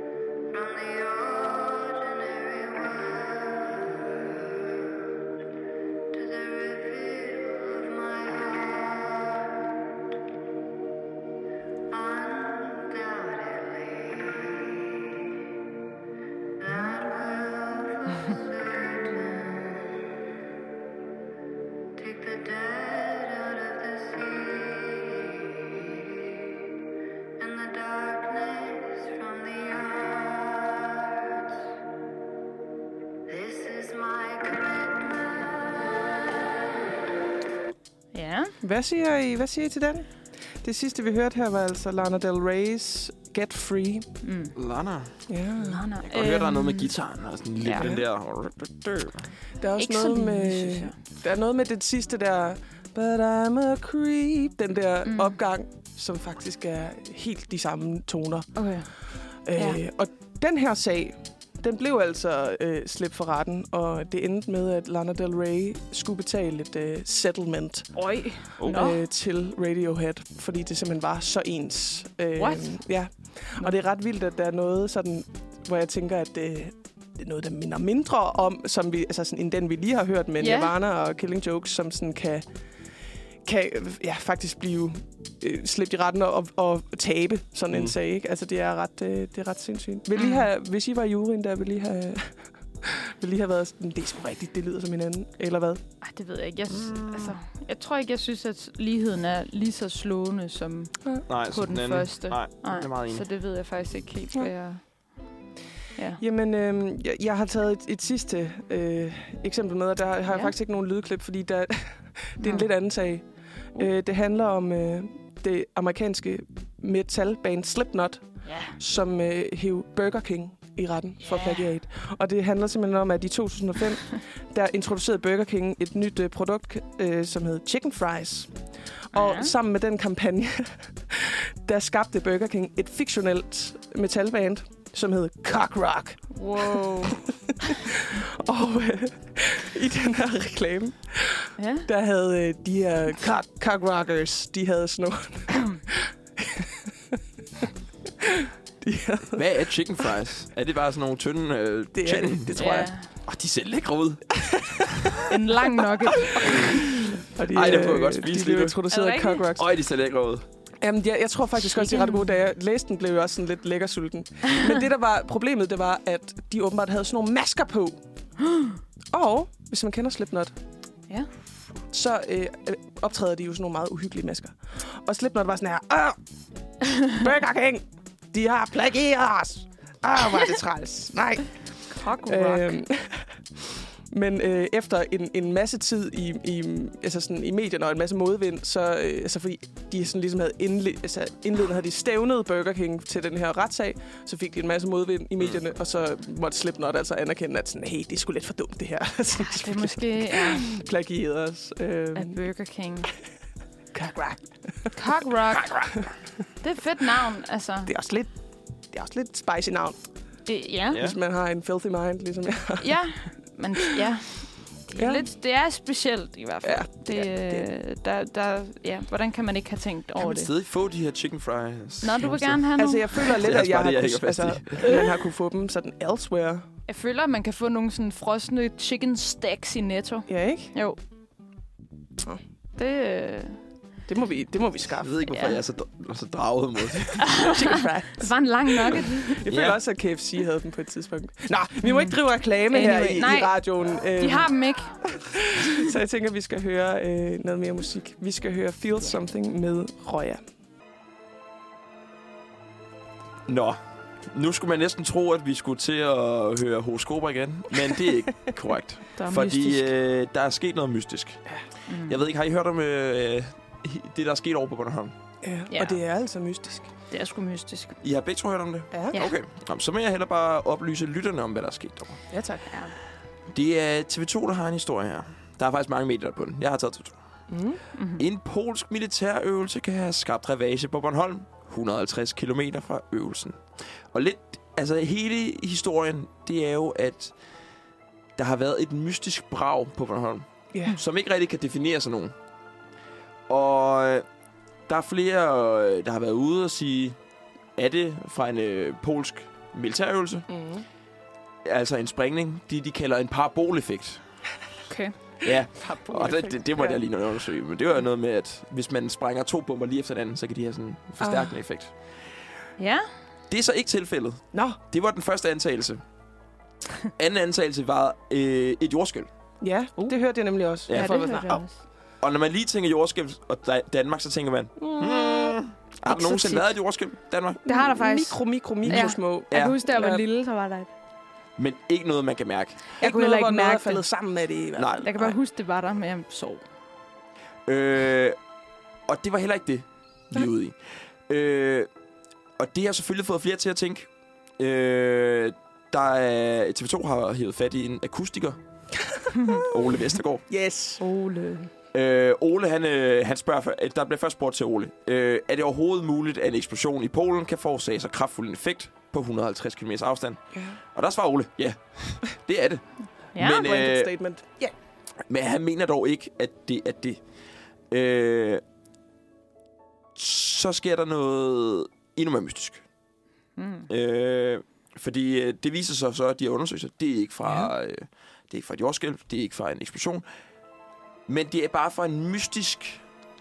Hvad siger I, hvad siger I til den? Det sidste, vi hørte her, var altså Lana Del Rey's Get Free. Mm. Lana. Ja. Lana. Jeg kan godt høre, der er noget med gitaren og sådan lidt Ja. den der... Der er også Ikke så noget lige, med... synes jeg. Der er noget med det sidste der... But I'm a creep. Den der Mm. mm. opgang, som faktisk er helt de samme toner. Okay. Øh, Ja. og den her sag, den blev altså øh, slæbt for retten, og det endte med, at Lana Del Rey skulle betale et øh, settlement Øj. Oh. Nå. øh, til Radiohead, fordi det simpelthen var så ens. Øh, What? Ja, og det er ret vildt, at der er noget sådan, hvor jeg tænker, at det, det er noget, der minder mindre om, som vi, altså sådan, end den, vi lige har hørt med Ja. Nirvana og Killing Jokes, som sådan kan, kan ja, faktisk blive øh, slæbt i retten og, og tabe sådan Mm. en sag. Ikke? Altså, det er ret, øh, det er ret sindssygt. Vil lige have, hvis I var i juryen der, vil lige have... vil lige have været sådan, det er sgu rigtigt, det lyder som hinanden, eller hvad? Ej, det ved jeg ikke. Jeg, mm. altså, jeg tror ikke, jeg synes, at ligheden er lige så slående som Nej, på så den, anden. første. Nej, Nej, det er meget enig. så det ved jeg faktisk ikke helt, hvad jeg... Ja. Jamen, øh, jeg, jeg har taget et, et sidste øh, eksempel med, og der har jeg Ja. faktisk ikke nogen lydklip, fordi der, det er en Nå. lidt anden sag. Uh. Øh, det handler om øh, det amerikanske metalband Slipknot, Ja. som øh, hæv Burger King i retten for Ja. plagiat. Og det handler simpelthen om, at i to tusind og fem, der introducerede Burger King et nyt øh, produkt, øh, som hed Chicken Fries. Og Ja. sammen med den kampagne, der skabte Burger King et fiktionelt metalband, som hed Cock Rock. Wow. Og øh, i den her reklame, Ja. der havde øh, de her cock, cock rockers, de havde sådan nogle... de havde, Hvad er chicken fries? Er det bare sådan nogle tynde øh, det er chicken? det, det tror ja. jeg. Åh, de ser lækre ud. En lang nugget. Og de, Ej, det kunne jeg øh, godt spise de lige blev nu. introduceret Er af det cock rigtigt? rocks. Øj, de ser lækre ud. Jamen, jeg, jeg tror faktisk også, de er ret gode. Da jeg læste den, blev jeg også sådan lidt lækkersulten. Men det, der var problemet, det var, at de åbenbart havde sådan nogle masker på. Og hvis man kender Slipknot, Ja. så øh, optræder de jo sådan nogle meget uhyggelige masker. Og Slipknot var sådan her, Åh, Burger King, de har plagieret os. Åh, hvor er det træls. Nej. Cock rock. Øhm, men øh, efter en, en masse tid i, i, altså sådan, i medierne og en masse modvind, så øh, altså fordi de sådan ligesom havde indle- altså indledende havde de stævnet Burger King til den her retssag, så fik de en masse modvind i medierne, og så måtte Slipknot altså anerkende, at sådan, hey, det er sgu lidt for dumt det her. Så Det er måske ja, plagieret os. Øhm, af Burger King. Cock Rock. Cock rock. Det er et fedt navn, altså. Det er også lidt, det er også lidt spicy navn, Det, ja. Ja. hvis man har en filthy mind, ligesom jeg har. Ja, men ja. Det er, Ja. lidt, det er specielt i hvert fald. Ja, det, ja, det. Der, der, ja, hvordan kan man ikke have tænkt Kan over man det? stadig få de her chicken fries? Nå, du vil gerne have Altså, nogle? jeg føler lidt, Det er at jeg bare har, det, jeg kunne, ikke er fast altså, man har kunne få dem sådan elsewhere. Jeg føler, at man kan få nogle sådan frosne chicken stacks i Netto. Ja, ikke? Jo. Nå. Det, øh, Det må vi, det må vi Jeg skaffe. ved ikke, hvorfor Ja. jeg er så, dr- så draget mod det. Chicken fries. det var en lang nugget. Jeg føler Ja. også, at K F C havde dem på et tidspunkt. Nå, vi må ikke drive reklame her Anyway, i, nej. i radioen. De har dem ikke. Så jeg tænker, at vi skal høre øh, noget mere musik. Vi skal høre Feel Something med Røya. Nå, nu skulle man næsten tro, at vi skulle til at høre horoskoper igen, men det er ikke korrekt. Der er Fordi mystisk. øh, der er sket noget mystisk. Mm. Jeg ved ikke, har I hørt om øh, det, der er sket over på Bornholm? Ja, Ja. og det er altså mystisk. Det er sgu mystisk. I har begge to hørt om det? Ja, Ja. Okay, Nå, så må jeg heller bare oplyse lytterne om, hvad der er sket derovre. ja tak. Ja. Det er T V to, der har en historie her. Der er faktisk mange medier på den. Jeg har taget T V to. Mm. Mm-hmm. En polsk militærøvelse kan have skabt ravage på Bornholm, et hundrede og halvtreds kilometer fra øvelsen. Og lidt, altså hele historien, det er jo, at der har været et mystisk brag på Bornholm, Ja. som ikke rigtig kan definere sig nogen. Og øh, der er flere, øh, der har været ude og sige, er det fra en øh, polsk militærøvelse? Mm. Altså en sprængning, de, de kalder en paraboleffekt. Okay. Ja, og det, det, det må ja. jeg lige noget undersøge. Men det var noget med, at hvis man sprænger to bomber lige efter hinanden, så kan de have sådan en forstærkende Ah. effekt. Ja. Det er så ikke tilfældet. Nå, Det var den første antagelse. Anden antagelse var øh, et jordskælv. ja, Uh. det hørte jeg nemlig også. Ja, Ja, Folk det var hørte sådan, jeg også. Og når man lige tænker jordskælv og Da- Danmark, så tænker man, "Åh, hmm, mm, har der Ikke så nogensinde tit. været et jordskælv i Danmark? Det har der faktisk. Mikro, mikro, mikro Ja. små. Jeg Ja. kan huske, da jeg var Ja. lille, så var der et. Men ikke noget, man kan mærke. Jeg Ikke kunne noget, heller hvor ikke noget er mærke faldet det. sammen med det i hvert Nej. fald. Jeg kan bare huske, det var der, men jeg sov. Øh, Og det var heller ikke det, vi er ude i. Øh, og det har selvfølgelig fået flere til at tænke. Øh, der er, T V to har hævet fat i en akustiker. Ole Vestergaard. Yes. Ole. Øh, Ole, han, øh, han spørger, der bliver først spurgt til Ole. Øh, er det overhovedet muligt, at en eksplosion i Polen kan forårsage sig kraftfuld en effekt på et hundrede og halvtreds kilometer afstand? Ja. Og der svarer Ole, ja, det er det. Ja, Men, Blanket øh, statement. Ja. men han mener dog ikke, at det er det. Øh, så sker der noget endnu mere mystisk. Mm. Øh, fordi øh, det viser sig så, at de her undersøgelser, det er ikke fra, ja. øh, det er ikke fra et jordskælv, det er ikke fra en eksplosion. Men det er bare for en mystisk,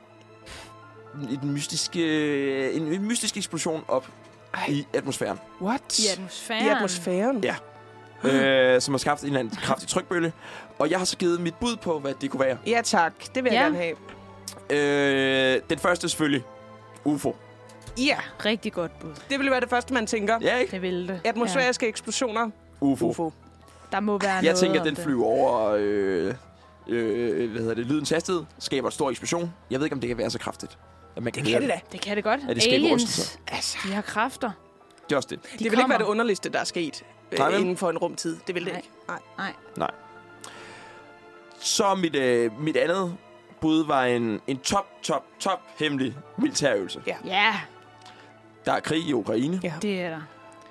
en mystisk, øh, en, en mystisk eksplosion op Ej. i atmosfæren. What? I atmosfæren. I atmosfæren? Ja. øh, som har skabt en eller anden kraftig trykbølge. Og jeg har så givet mit bud på, hvad det kunne være. Ja, tak. Det vil jeg Ja. gerne have. Øh, den første er selvfølgelig U F O. Ja, Rigtig godt bud. det vil være det første, man tænker. Ja, ikke? Det ville det. Atmosfæriske eksplosioner. U F O. U F O. Ja. Der må være Jeg noget tænker, om at den det. flyver over øh, øh, hvad hedder det, lydens hastighed, skaber en stor eksplosion. Jeg ved ikke, om det kan være så kraftigt. At man kan Det høre kan det da. Det kan det godt. Ja, det skaber Aliens, rystelser. Altså, de har kræfter. Det er også det. det vil ikke kommer. være det underligste, der er sket øh, Nej, vel? inden for en rumtid. Det vil det Nej. ikke. Nej. Nej. Nej. Så mit, øh, mit andet bud var en, en top, top, top hemmelig militærøvelse. Ja. Ja, Der er krig i Ukraine. Ja. det er der.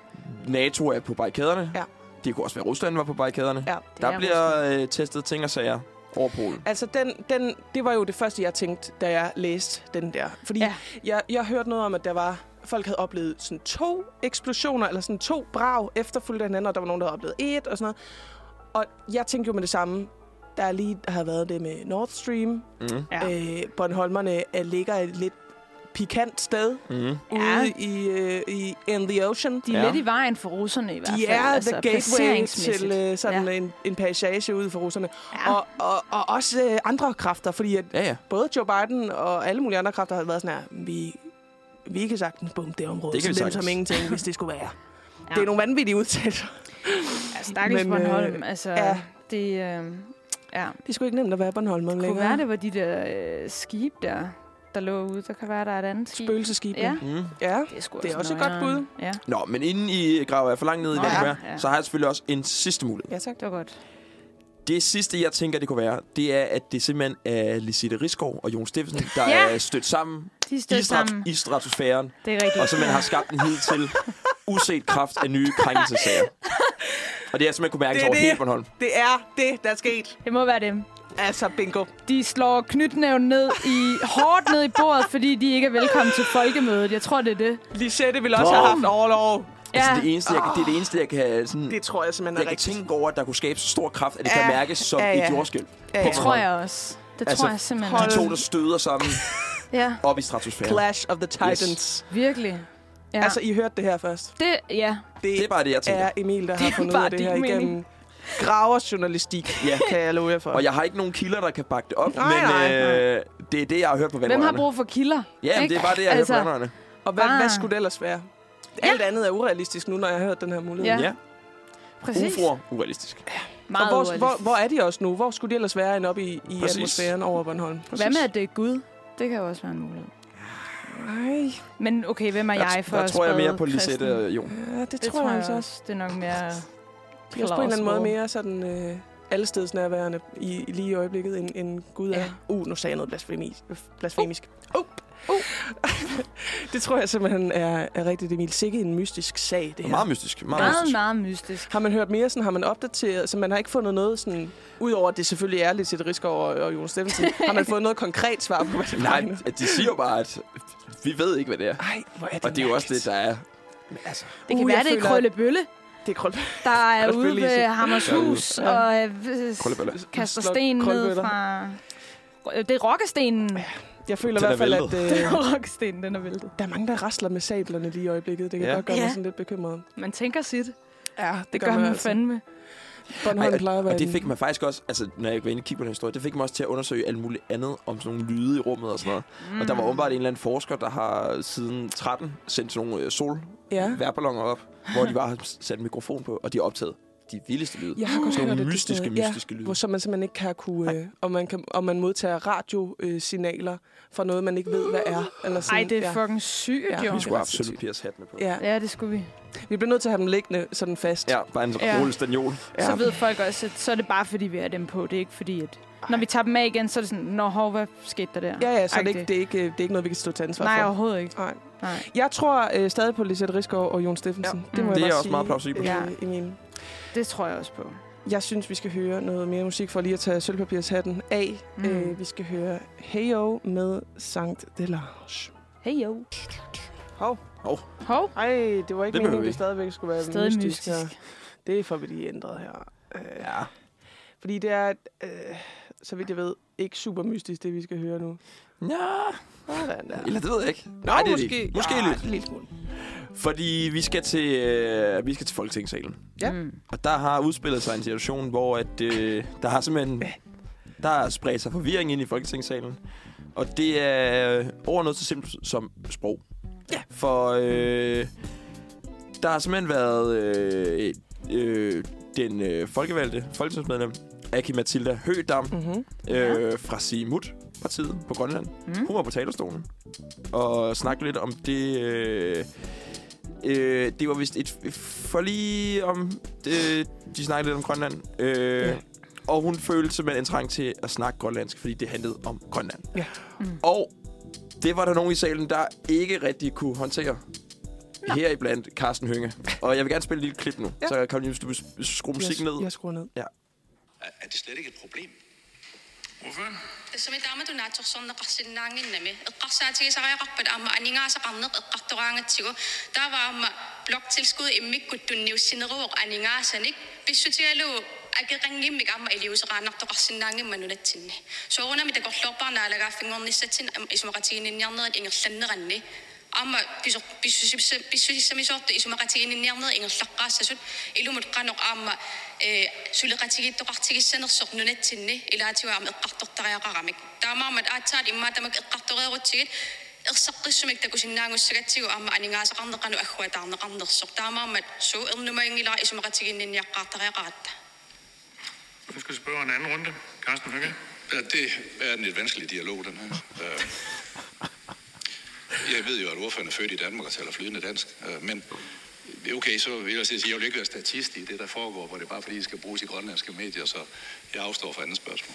NATO er på barrikaderne. Ja. Det kunne også være, Rusland var på barrikaderne. Ja. Det Der er bliver øh, testet ting og sager over Polen. Altså, den, den, det var jo det første, jeg tænkte, da jeg læste den der. Fordi Ja. jeg, jeg hørte noget om, at der var folk havde oplevet sådan to eksplosioner, eller sådan to brag efterfulgt af hinanden, og der var nogen, der havde oplevet et og sådan noget. Og jeg tænkte jo med det samme. Der er lige der har været det med Nord Stream. Mm. Ja. Øh, Bornholmerne er, ligger et lidt pikant sted Mm. ja. Ja. ude i, øh, i in the ocean. De er Ja. lidt i vejen for russerne i hvert fald. De er altså, the gateway placeringsmæssigt. til øh, sådan Ja. en, en passage ude for russerne. Ja. Og, og, og også øh, andre kræfter, fordi at Ja, ja. både Joe Biden og alle mulige andre kræfter har været sådan her, vi, vi kan sagtens bombe det område, Det kan vi så dem sagtens. som ingenting, hvis det skulle være. Ja. Det er nogle vanvittige udtalelser. Ja, stakkels Men, øh, Bornholm. Altså, ja. det, øh, ja. Det er sgu ikke nemt at være Bornholmer Kunne længere. være, det var de der øh, skib der, der lå ude. Der kan være, der er et andet skib. Spøgelseskib. Ja. Mm. Ja. Det er, sgu Det er også et nøjeren. godt bud. Ja, Nå, men inden I graver jer for langt ned i Nå, den ja. her, Ja. så har jeg selvfølgelig også en sidste mulighed. Ja, tak. det var godt. Det sidste, jeg tænker, det kunne være, det er, at det simpelthen er Lisette Risgaard og Jon Steffensen, der Ja. er stødt sammen De i, stod strat- sammen. i stratosfæren, Det er rigtigt. og simpelthen har skabt en hidtil uset kraft af nye krænkelsesager. Og det er simpelthen kunne mærkes Det er over det. hele Bornholm. Det er det, der er sket. Det må være dem. Altså, bingo. De slår knytnæven ned i, hårdt ned i bordet, fordi de ikke er velkommen til folkemødet. Jeg tror, det er det. Lisette ville også Bro. have haft overlov. Altså, Ja. det, eneste, jeg, kan- det er det eneste, jeg kan, sådan, Det tror jeg simpelthen jeg er kan rigtigt. tænke over, at der kunne skabe så stor kraft, at det Ja. kan mærkes som Ja, ja. et jordskælv. Ja, Det ja. tror jeg også. Det Altså, tror jeg simpelthen. hold- De to, der støder sammen Ja, op i stratosfæren. Clash of the Titans. virkelig. Ja. Altså, I hørte det her først. det, ja. Det, Det er bare det, jeg tænker. er Emil, der Det har er fundet ud bare af det din her mening. igennem graversjournalistik, Ja. kan jeg love jer for. Og jeg har ikke nogen kilder, der kan bakke det op, Nej, men nej, øh, det er det, jeg har hørt på Hvem vandrørene. har brug for kilder? Ja, men Ikke? det er bare det, jeg har Altså, hørt på vandrørene. Og hvad, Ah. hvad skulle det ellers være? Alt andet er urealistisk nu, når jeg har hørt den her mulighed. Ja. Ja, Præcis. U F O'er, urealistisk. Meget Og hvor, urealistisk. hvor, hvor er de også nu? Hvor skulle de ellers være end oppe i, i Præcis. atmosfæren over Bornholm? Hvad med, at det er Gud? Det kan jo også være en mulighed. Nej, Men okay, hvem er Der, jeg for der at tror jeg sprede mere på Lisette kristen? og Jon. ja, det, Det tror jeg altså også. Det er nok mere... De er også på en eller anden måde mere sådan øh, allestedsnærværende i, i lige i øjeblikket, end, end Gud er. Ja. Uh, nu sagde jeg noget blasfemi, blasfemisk. Uh. Uh. Det tror jeg simpelthen er, er rigtigt, Emil. Sikke en mystisk sag, det her. Meget mystisk. Meget, Meget, mystisk. meget mystisk. Har man hørt mere, sådan har man opdateret, så man har ikke fundet noget sådan, udover at det selvfølgelig er lidt til Risgaard og, og Jon Steffensen, har man fået noget konkret svar på, hvad det Nej, var? de siger jo bare, at vi ved ikke, hvad det er. Ej, hvor er det Og det er jo også det, mærkeligt. der er... Men altså, Det kan Uh, være, jeg det er føler- Krøllebølle, Det er krøl. der er ude Krøllebølle, ved Lise. Hammershus Ja. og øh, krøllebøller. kaster Slår sten ned krøllebøller. fra... Det er rokkestenen. Jeg føler i Den hvert er fald, at væltet. øh, Rokkestenen, den er væltet. der er mange, der rasler med sablerne lige i øjeblikket. Det kan Ja. godt gøre Ja. mig sådan lidt bekymret. Man tænker sit. Ja, Det gør man altså. fandme. Bornholm Ej, plejer at være og det en- fik man faktisk også, altså når jeg var inde og kigge på den historie, det fik mig også til at undersøge alt muligt andet om sådan nogle lyde i rummet og sådan noget. Mm. Og der var åbenbart en eller anden forsker, der har siden tretten sendt sådan nogle øh, Ja. solværballoner op, hvor de bare har sat en mikrofon på, og de har optaget de vildeste lyde. Jeg har godt Sådan hørt nogle det. mystiske, det, mystiske ja, lyde. hvor så man simpelthen ikke kan kunne... Øh, og, man kan, og man modtager radiosignaler fra noget, man ikke ved, hvad er. Eller sådan. Ej, det er ja. fucking sygt, Ja, jo. Vi skulle ret absolut sindssygt. Piers hattene på. Ja. Ja, det skulle vi. Vi bliver nødt til at have dem liggende sådan fast. Ja, bare en Ja. rullestanjol. Ja. Så ved folk også, at så er det bare, fordi vi har dem på. Det er ikke fordi, at... Når vi tager dem af igen, så er det sådan, nå, hov, hvad skete der der? Ja, ja, så er det, ikke, Agtigt. det, er ikke, det er ikke noget, vi kan stå til ansvar Nej, for. overhovedet ikke. Nej. Nej. Jeg tror øh, stadig på Lisette Risgaard og Jon Steffensen. Ja. Det må Mm. jeg Det er bare også sige, meget plausibelt. øh, Ja. Emil. Det tror jeg også på. Jeg synes, vi skal høre noget mere musik for lige at tage sølvpapirshatten af. Mm. Mm. Øh, vi skal høre Heyo med Sankt Delange. Hey jo. Hov. Hov. Ej, det var ikke Det meningen, behøver vi det ikke. stadigvæk skulle være Stadig mystisk. mystisk. Her. Det får vi lige ændret her. Øh, Ja. Fordi det er, øh, så vidt jeg ved, ikke super mystisk, det vi skal høre nu. Ja. Sådan der. Eller det ved jeg ikke. Nå, Nej, det er måske, det ikke. Måske ja, lidt. en lille smule. Fordi vi skal til, øh, vi skal til Folketingssalen. Ja. Mm. Og der har udspillet sig en situation, hvor at, øh, der har simpelthen... Der er spredt sig forvirring ind i Folketingssalen. Og det er over noget så simpelt som sprog. Ja. For øh, der har simpelthen været øh, øh, den øh, folkevalgte folketingsmedlem, Aki-Matilda Høegh-Dam, Mm-hmm. øh, fra Siumut-partiet på Grønland. Mm. Hun var på talerstolen og snakkede lidt om det... Øh, øh, det var vist et forlig om... Det, de snakkede lidt om Grønland. Øh, Ja. Og hun følte simpelthen en trang til at snakke grønlandsk, fordi det handlede om Grønland. Ja. Mm. Og det var der nogen i salen, der ikke rigtig kunne håndtere. Nå. Heriblandt Carsten Hønge. Og jeg vil gerne spille et lille klip nu. Ja. Så kan du skrue musikken ned. Jeg skruer ned. Er det slet ikke et problem? Hvorfor? Som et damer du natur sådan qarsinnaanginnami eqqarsaatigisariaqarpat aama aningaasaqarneq eqqartoraangatsigu taava aama bloktilskud immikkutunniussineruoq aningaassanik pissutialu akeqangimmik aama iliuseraanartoqarsinnaangimma nunatsinni soorunami takorlorparnaalagaaffinngornissatsin isumaqatigininniarnerat ingerlanneranni aama pisor pissusissamisortu isumaqatigininniarnerat ingerlaqqaassasut ilumut qanoq aama eh suleqatigittoqartigissanersoq nunatsinni ilaatiwa aama eqqartortariaqaramik taamaamat aatsaat immaatamak eqqartoreerutsigit ersaqqissumik takusinnaangussagatsigu aama aningaasaqarneqanu agguataarneqarnersoq taamaamat suu ernumaingilara isumaqatiginninniaqqaartariaqaratta. Nu skal jeg spørge en anden runde. Carsten Hønge. Ja, det er en lidt vanskelig dialog, den her. Øh, Jeg ved jo, at ordføreren er født i Danmark og taler flydende dansk, øh, men okay, så vil jeg sige, at jeg vil ikke være statist i det, der foregår, hvor det er bare fordi, det skal bruges i grønlandske medier, så jeg afstår for andet spørgsmål.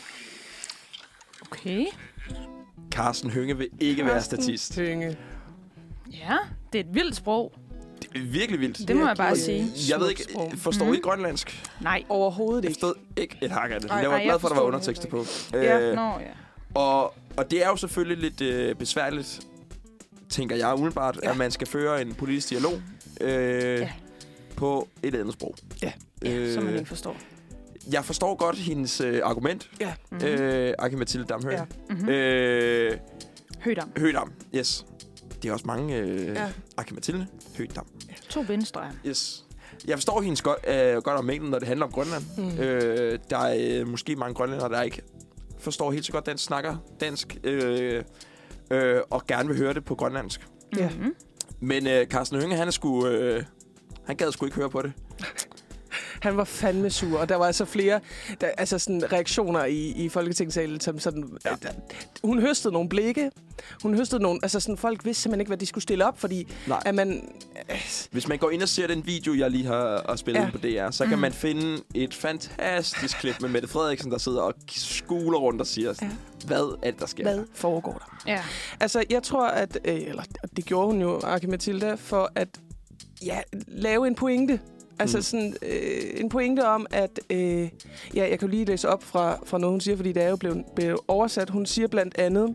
Okay. Carsten Hønge vil ikke være statist. Hønge. Ja, det er et vildt sprog. Det er virkelig vildt. Det må jeg bare sige. Jeg ved ikke, forstår I grønlandsk? Nej. Overhovedet Jeg ikke. forstod ikke et hak af det. Ej, Jeg var ej, glad jeg for, at der var forstod det undertekster på. Ja, Øh, Nå, ja. og, og det er jo selvfølgelig lidt øh, besværligt, tænker jeg umiddelbart, Ja. at man skal føre en politisk dialog øh, Ja. på et andet sprog. Ja. Ja, som man ikke forstår. Jeg forstår godt hendes øh, argument, Ja. Mm-hmm. øh, Aki-Matilda Damhøj. Ja. Mm-hmm. Øh, Høgdam. Høgdam, yes. Det er også mange øh, Ja. ja. Aki-Matilda Høgdam. To bindestrøger. Yes. Jeg forstår hendes godt, øh, godt om mængden, når det handler om Grønland. Mm. Øh, der er øh, måske mange grønlændere, der ikke forstår helt så godt dansk, snakker dansk, øh, øh, og gerne vil høre det på grønlandsk. Ja. Mm-hmm. Men øh, Carsten Hønge, han er sgu, øh, han gad sgu ikke høre på det. Han var fandme sur, og der var altså flere der, altså sådan reaktioner i, i Folketingssalen, som sådan... Ja. Der, hun høstede nogle blikke. Hun høstede nogle... Altså sådan, folk vidste simpelthen ikke, hvad de skulle stille op, fordi Nej. at man... Øh, Hvis man går ind og ser den video, jeg lige har, har spillet Ja. ja. på D R, så kan Mm. man finde et fantastisk klip med Mette Frederiksen, der sidder og skuler rundt og siger, Ja. ja. hvad er det, der sker? hvad foregår der? Ja. Altså, jeg tror, at... Øh, eller det gjorde hun jo, Aki-Matilda, for at ja, lave en pointe. Altså Mm. sådan øh, en pointe om, at... Øh, ja, jeg kan jo lige læse op fra, fra noget, hun siger, fordi det er jo blevet, blevet oversat. Hun siger blandt andet...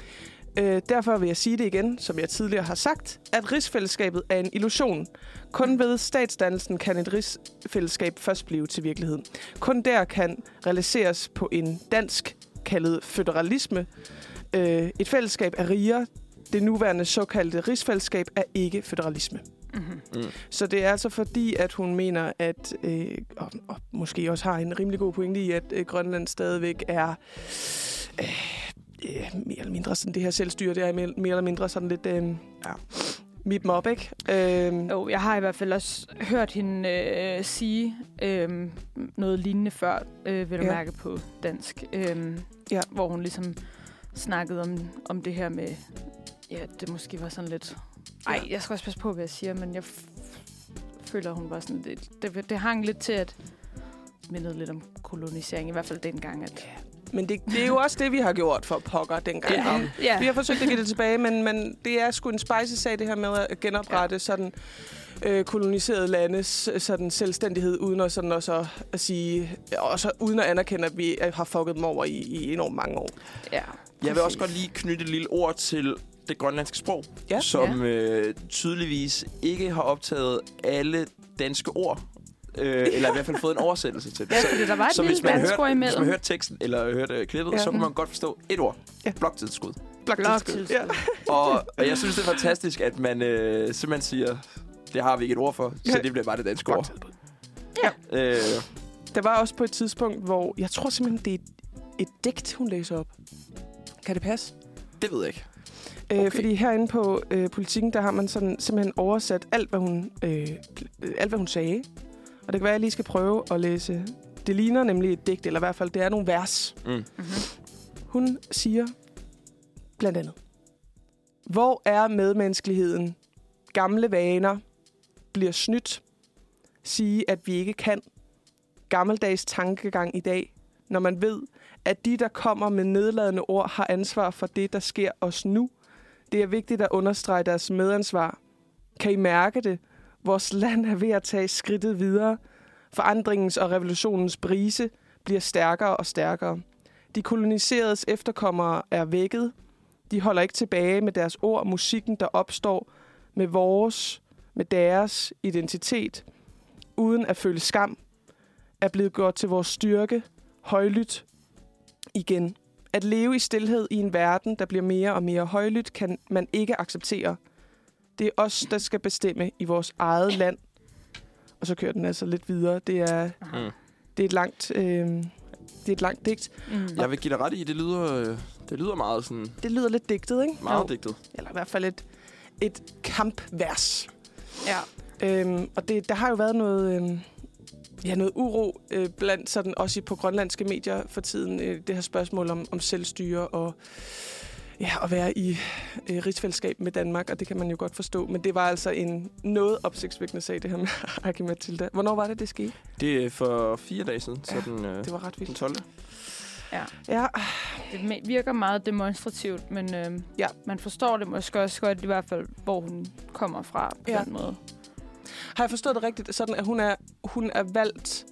Øh, derfor vil jeg sige det igen, som jeg tidligere har sagt, at rigsfællesskabet er en illusion. Kun ved statsdannelsen kan et rigsfællesskab først blive til virkelighed. Kun der kan realiseres på en dansk kaldet føderalisme. Øh, et fællesskab er rigere. Det nuværende såkaldte rigsfællesskab er ikke føderalisme. Mm-hmm. Mm. Så det er altså fordi, at hun mener, at, øh, og, og måske også har en rimelig god pointe i, at øh, Grønland stadigvæk er øh, øh, mere eller mindre sådan det her selvstyre, det er mere, mere eller mindre sådan lidt, øh, ja, meet dem op, ikke? Øhm, Jo, jeg har i hvert fald også hørt hende øh, sige øh, noget lignende før, øh, vil du Ja. mærke på dansk. Øh, Ja. Hvor hun ligesom snakkede om, om det her med, ja, det måske var sådan lidt... Ej, jeg skal også passe på, hvad jeg siger, men jeg f- føler, hun var sådan lidt... Det, det hang lidt til at mindede lidt om kolonisering, i hvert fald dengang, at... men det, det er jo også det, vi har gjort for pokker dengang. Ja. Og Ja. Vi har forsøgt at give det tilbage, men, men det er sgu en spicy sag, det her med at genoprette ja. sådan øh, koloniserede landes sådan selvstændighed, uden at, sådan også at sige, også uden at anerkende, at vi har fucket dem over i, i enormt mange år. Ja, Jeg vil også godt lige knytte et lille ord til det grønlandske sprog, Ja. som øh, tydeligvis ikke har optaget alle danske ord. Øh, eller i hvert fald fået en oversættelse til det. Ja, fordi der var et så lille hvis man, dansk ord hørte, hvis imellem. man hørte teksten eller hørte øh, klippet, Ja. så kunne man godt forstå et ord. Ja. Bloktilskud. Bloktilskud. Ja. Og, og jeg synes, det er fantastisk, at man øh, simpelthen siger, det har vi ikke et ord for, så Ja. det bliver bare det danske ord. Ja. Øh, Der var også på et tidspunkt, hvor jeg tror simpelthen, det er et, et digt, hun læser op. Kan det passe? det ved jeg ikke. Okay. Okay. Øh, fordi herinde på øh, Politikken, der har man sådan simpelthen oversat alt, hvad hun, øh, alt, hvad hun sagde. Og det kan være, at jeg lige skal prøve at læse. Det ligner nemlig et digt, eller i hvert fald, det er nogle vers. Mm. Mm-hmm. Hun siger blandt andet: Hvor er medmenneskeligheden? Gamle vaner bliver snydt. Sige, at vi ikke kan. Gammeldags tankegang i dag, når man ved, at de, der kommer med nedladende ord, har ansvar for det, der sker os nu. Det er vigtigt at understrege deres medansvar. Kan I mærke det? Vores land er ved at tage skridtet videre. Forandringens og revolutionens brise bliver stærkere og stærkere. De koloniseredes efterkommere er vækket. De holder ikke tilbage med deres ord. Musikken, der opstår med vores, med deres identitet, uden at føle skam, er blevet gjort til vores styrke, højlydt igen. At leve i stilhed i en verden, der bliver mere og mere højlydt, kan man ikke acceptere. Det er os, der skal bestemme i vores eget land. Og så kører den altså lidt videre. Det er, Mm. det er et langt, øh, det er et langt digt. Mm. Jeg vil give dig ret i, det lyder, øh, det lyder meget sådan Det lyder lidt digtet, ikke? meget Jo. digtet. Eller i hvert fald et, et kampvers. Ja. Øhm, og det, der har jo været noget, øhm, ja, noget uro øh, blandt sådan, også på grønlandske medier for tiden. Øh, det her spørgsmål om, om selvstyre og ja, at være i øh, rigsfællesskab med Danmark, og det kan man jo godt forstå. Men det var altså en noget opsigtsvækkende sag, det her med Aki Matilda. Hvornår var det, det skete? Det er for fire dage siden, så Ja, den, øh, Det var ret den vildt. tolvte Ja. Ja, Det me- virker meget demonstrativt, men øh, Ja. man forstår det måske også godt, i hvert fald, hvor hun kommer fra på Ja. den måde. har jeg forstået det rigtigt? Sådan, at hun er, hun er valgt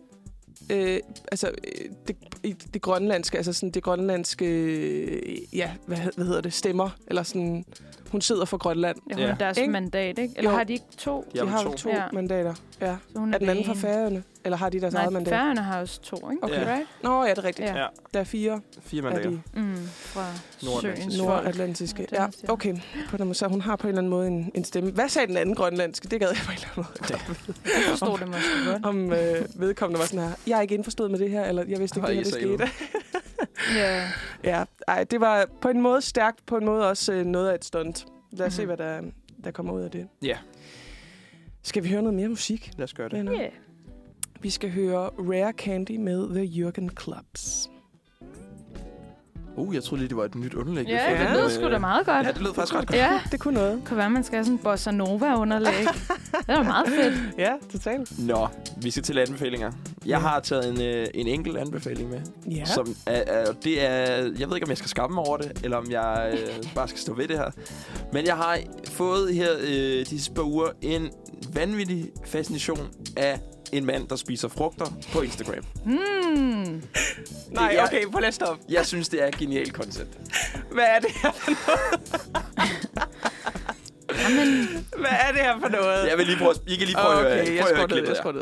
øh, altså, øh, det, i det grønlandske, altså sådan det grønlandske, øh, ja, hvad, hed- hvad hedder det, stemmer, eller sådan, hun sidder for Grønland. Ja, hun Ja. er deres Ikke? mandat, ikke? Eller Jo. har de ikke to? Ja, De men har to. jo to Ja. mandater. Ja. Så hun Er den anden det fra ene. Færøerne? Eller har de deres eget Nej, mandat? Færøerne har også to, ikke? Okay. Ja. Right? Nå, ja, det er rigtigt. Ja. Ja. Der er fire Fire af mandater. de Mm, fra Nordatlantiske. søens folk. nordatlantiske. Ja, Ja, det er- okay. På den måde, så hun har på en eller anden måde en, en stemme. Hvad sagde den anden grønlandske? Det gad jeg på en eller anden måde. Jeg forstod det måske godt. Om øh, vedkommende var sådan her, jeg er ikke indforstået med det her, eller jeg vidste ikke, Har det her, I det sagt skete. Ja. Ja, ej, det var på en måde stærkt, på en måde også øh, noget af et stunt. Lad os Mhm. se, hvad der, der kommer ud af det. Ja, Skal vi høre noget mere musik? lad os gøre det. venner? Yeah. Vi skal høre Rare Candy med The Jürgen Clubs. Uh, jeg troede lige, det var et nyt underlæg. vi Ja, havde fået, det men, lød øh, sgu da meget godt. Ja, det lød faktisk ret godt. Ja, Det kunne noget. det kunne være, man skal have sådan en bossa nova-underlæg. Det var meget fedt. Ja, totalt. Nå, vi skal til anbefalinger. Jeg Ja. har taget en, øh, en enkelt anbefaling med. Ja. Som er, er, det er, jeg ved ikke, om jeg skal skamme mig over det, eller om jeg øh, bare skal stå ved det her. Men jeg har fået her øh, disse par uger en vanvittig fascination af en mand, der spiser frugter på Instagram. Hmm. Nej, jeg- okay, prøv lige at stoppe. Jeg synes, det er et genialt koncept. Hvad er det her for noget? Jamen, Hvad er det her for noget? Jeg vil lige prøve, I kan lige prøve, okay, at høre, jeg prøve at skruer høre ned, klippet jeg her. skruer ned.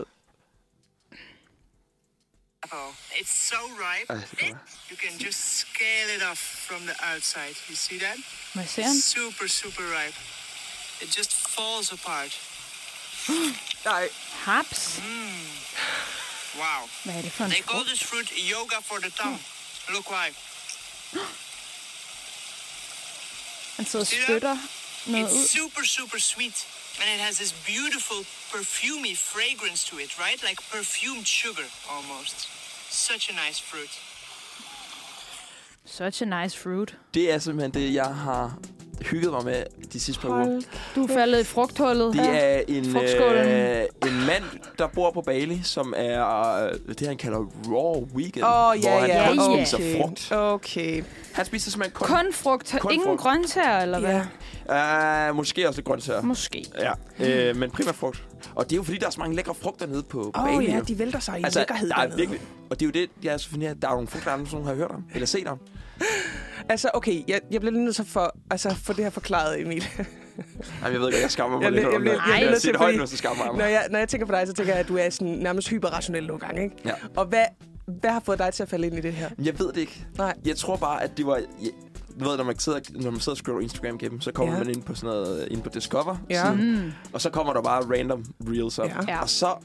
It's so ripe, Ej, det kommer. you can just scale it off from the outside. You see that? må jeg se ham? It's super, super ripe. It just falls apart. Nej. Haps. Wow. Hvad er det for en They call frugt? this fruit yoga for the tongue. Look why. Han sidder og See that? spytter noget It's ud. super, super sweet. And it has this beautiful perfumey fragrance to it, right? Like perfumed sugar, almost. Such a nice fruit. Such a nice fruit. Det er simpelthen det, jeg har hygget mig med de sidste par uger. Du er faldet i frugthullet. Det er en, Frugtskålen. øh, en mand, der bor på Bali, som er øh, det, han kalder raw vegan. Åh, oh, ja, hvor han ja. kun okay. spiser frugt. Okay. Han spiser simpelthen kun... Kun frugt. Kun Ingen frugt. grøntsager, eller hvad? Ja. Uh, måske også lidt grøntsager. Måske. Ja, øh, men primært frugt. Og det er jo fordi, der er så mange lækre frugter nede på Åh Bali. oh, ja, jo. de vælter sig i altså, lækkerhed der er dernede. virkelig, og det er jo det, jeg er så fascineret. Der er jo nogle frugter, der har hørt om, eller set om. Altså, okay, jeg, jeg bliver lige nødt til at få, altså, få det her forklaret, Emil. Jamen, jeg ved ikke, jeg skammer mig Jeg lidt. bliver- jeg bliver- jeg bliver jeg nødt siger til, det højt fordi- nu, så skammer jeg Når mig. jeg, når jeg tænker på dig, så tænker jeg, at du er sådan nærmest hyperrationel nogle gange, ikke? Ja. Og hvad, hvad har fået dig til at falde ind i det her? Jeg ved det ikke. Nej. Jeg tror bare, at det var... Jeg, du ved, når man sidder, når man sidder og scroller Instagram gennem, så kommer Ja. man ind på sådan noget, ind på Discover. Ja. Sådan, Mm. og så kommer der bare random reels op. Ja. Ja. Og så